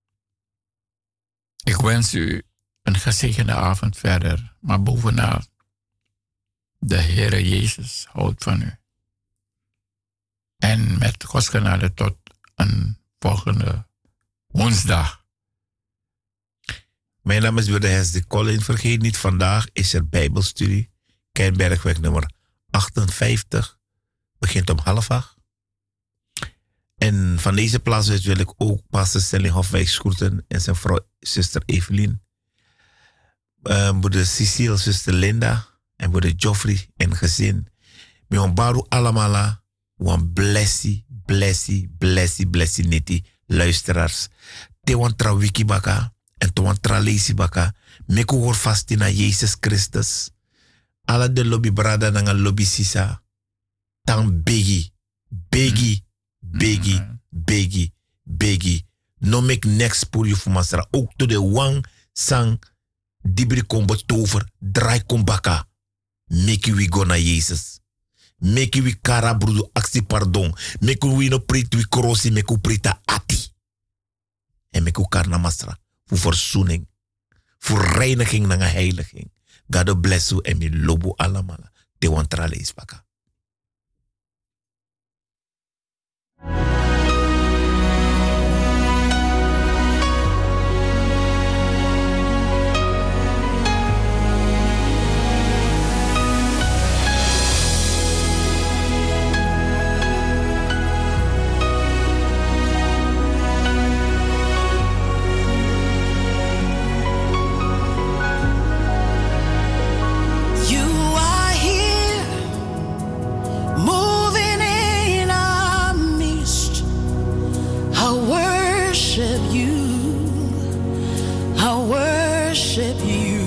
Ik wens u een gezegende avond verder. Maar bovenal, de Heere Jezus houdt van u. En met Gods genade tot een volgende woensdag. Mijn naam is Broeder Hesdy Collin. Vergeet niet, vandaag is er Bijbelstudie. Keinbergweg nummer 58. Begint om 7:30. En van deze plaats uit wil ik ook pastor Stelling Hofwijk groeten en zijn vrouw, zuster Evelien. Broeder Cecile, zuster Linda en broeder Geoffrey en gezin. Mijn baru allemaal. Wan blessie niti luisteraars. Te wan tra wiki baka en te wan tra lezi baka. Meku hoor vast in Jezus Christus. Alla de lobby brada nanga lobby sisa. Tan begi. No make next pour you voor masra. Ook to de wang sang dibri kom betover. Draai kom baka. Make we go naar Jezus. Make we kara brudo actie pardon. Make we no prit we krosi. Make we prita ati. En make we karna masra. Voor verzoening. Voor reiniging naar heiliging. God bless you en mi lobo allemaal. Te wantrale is baka. I worship you.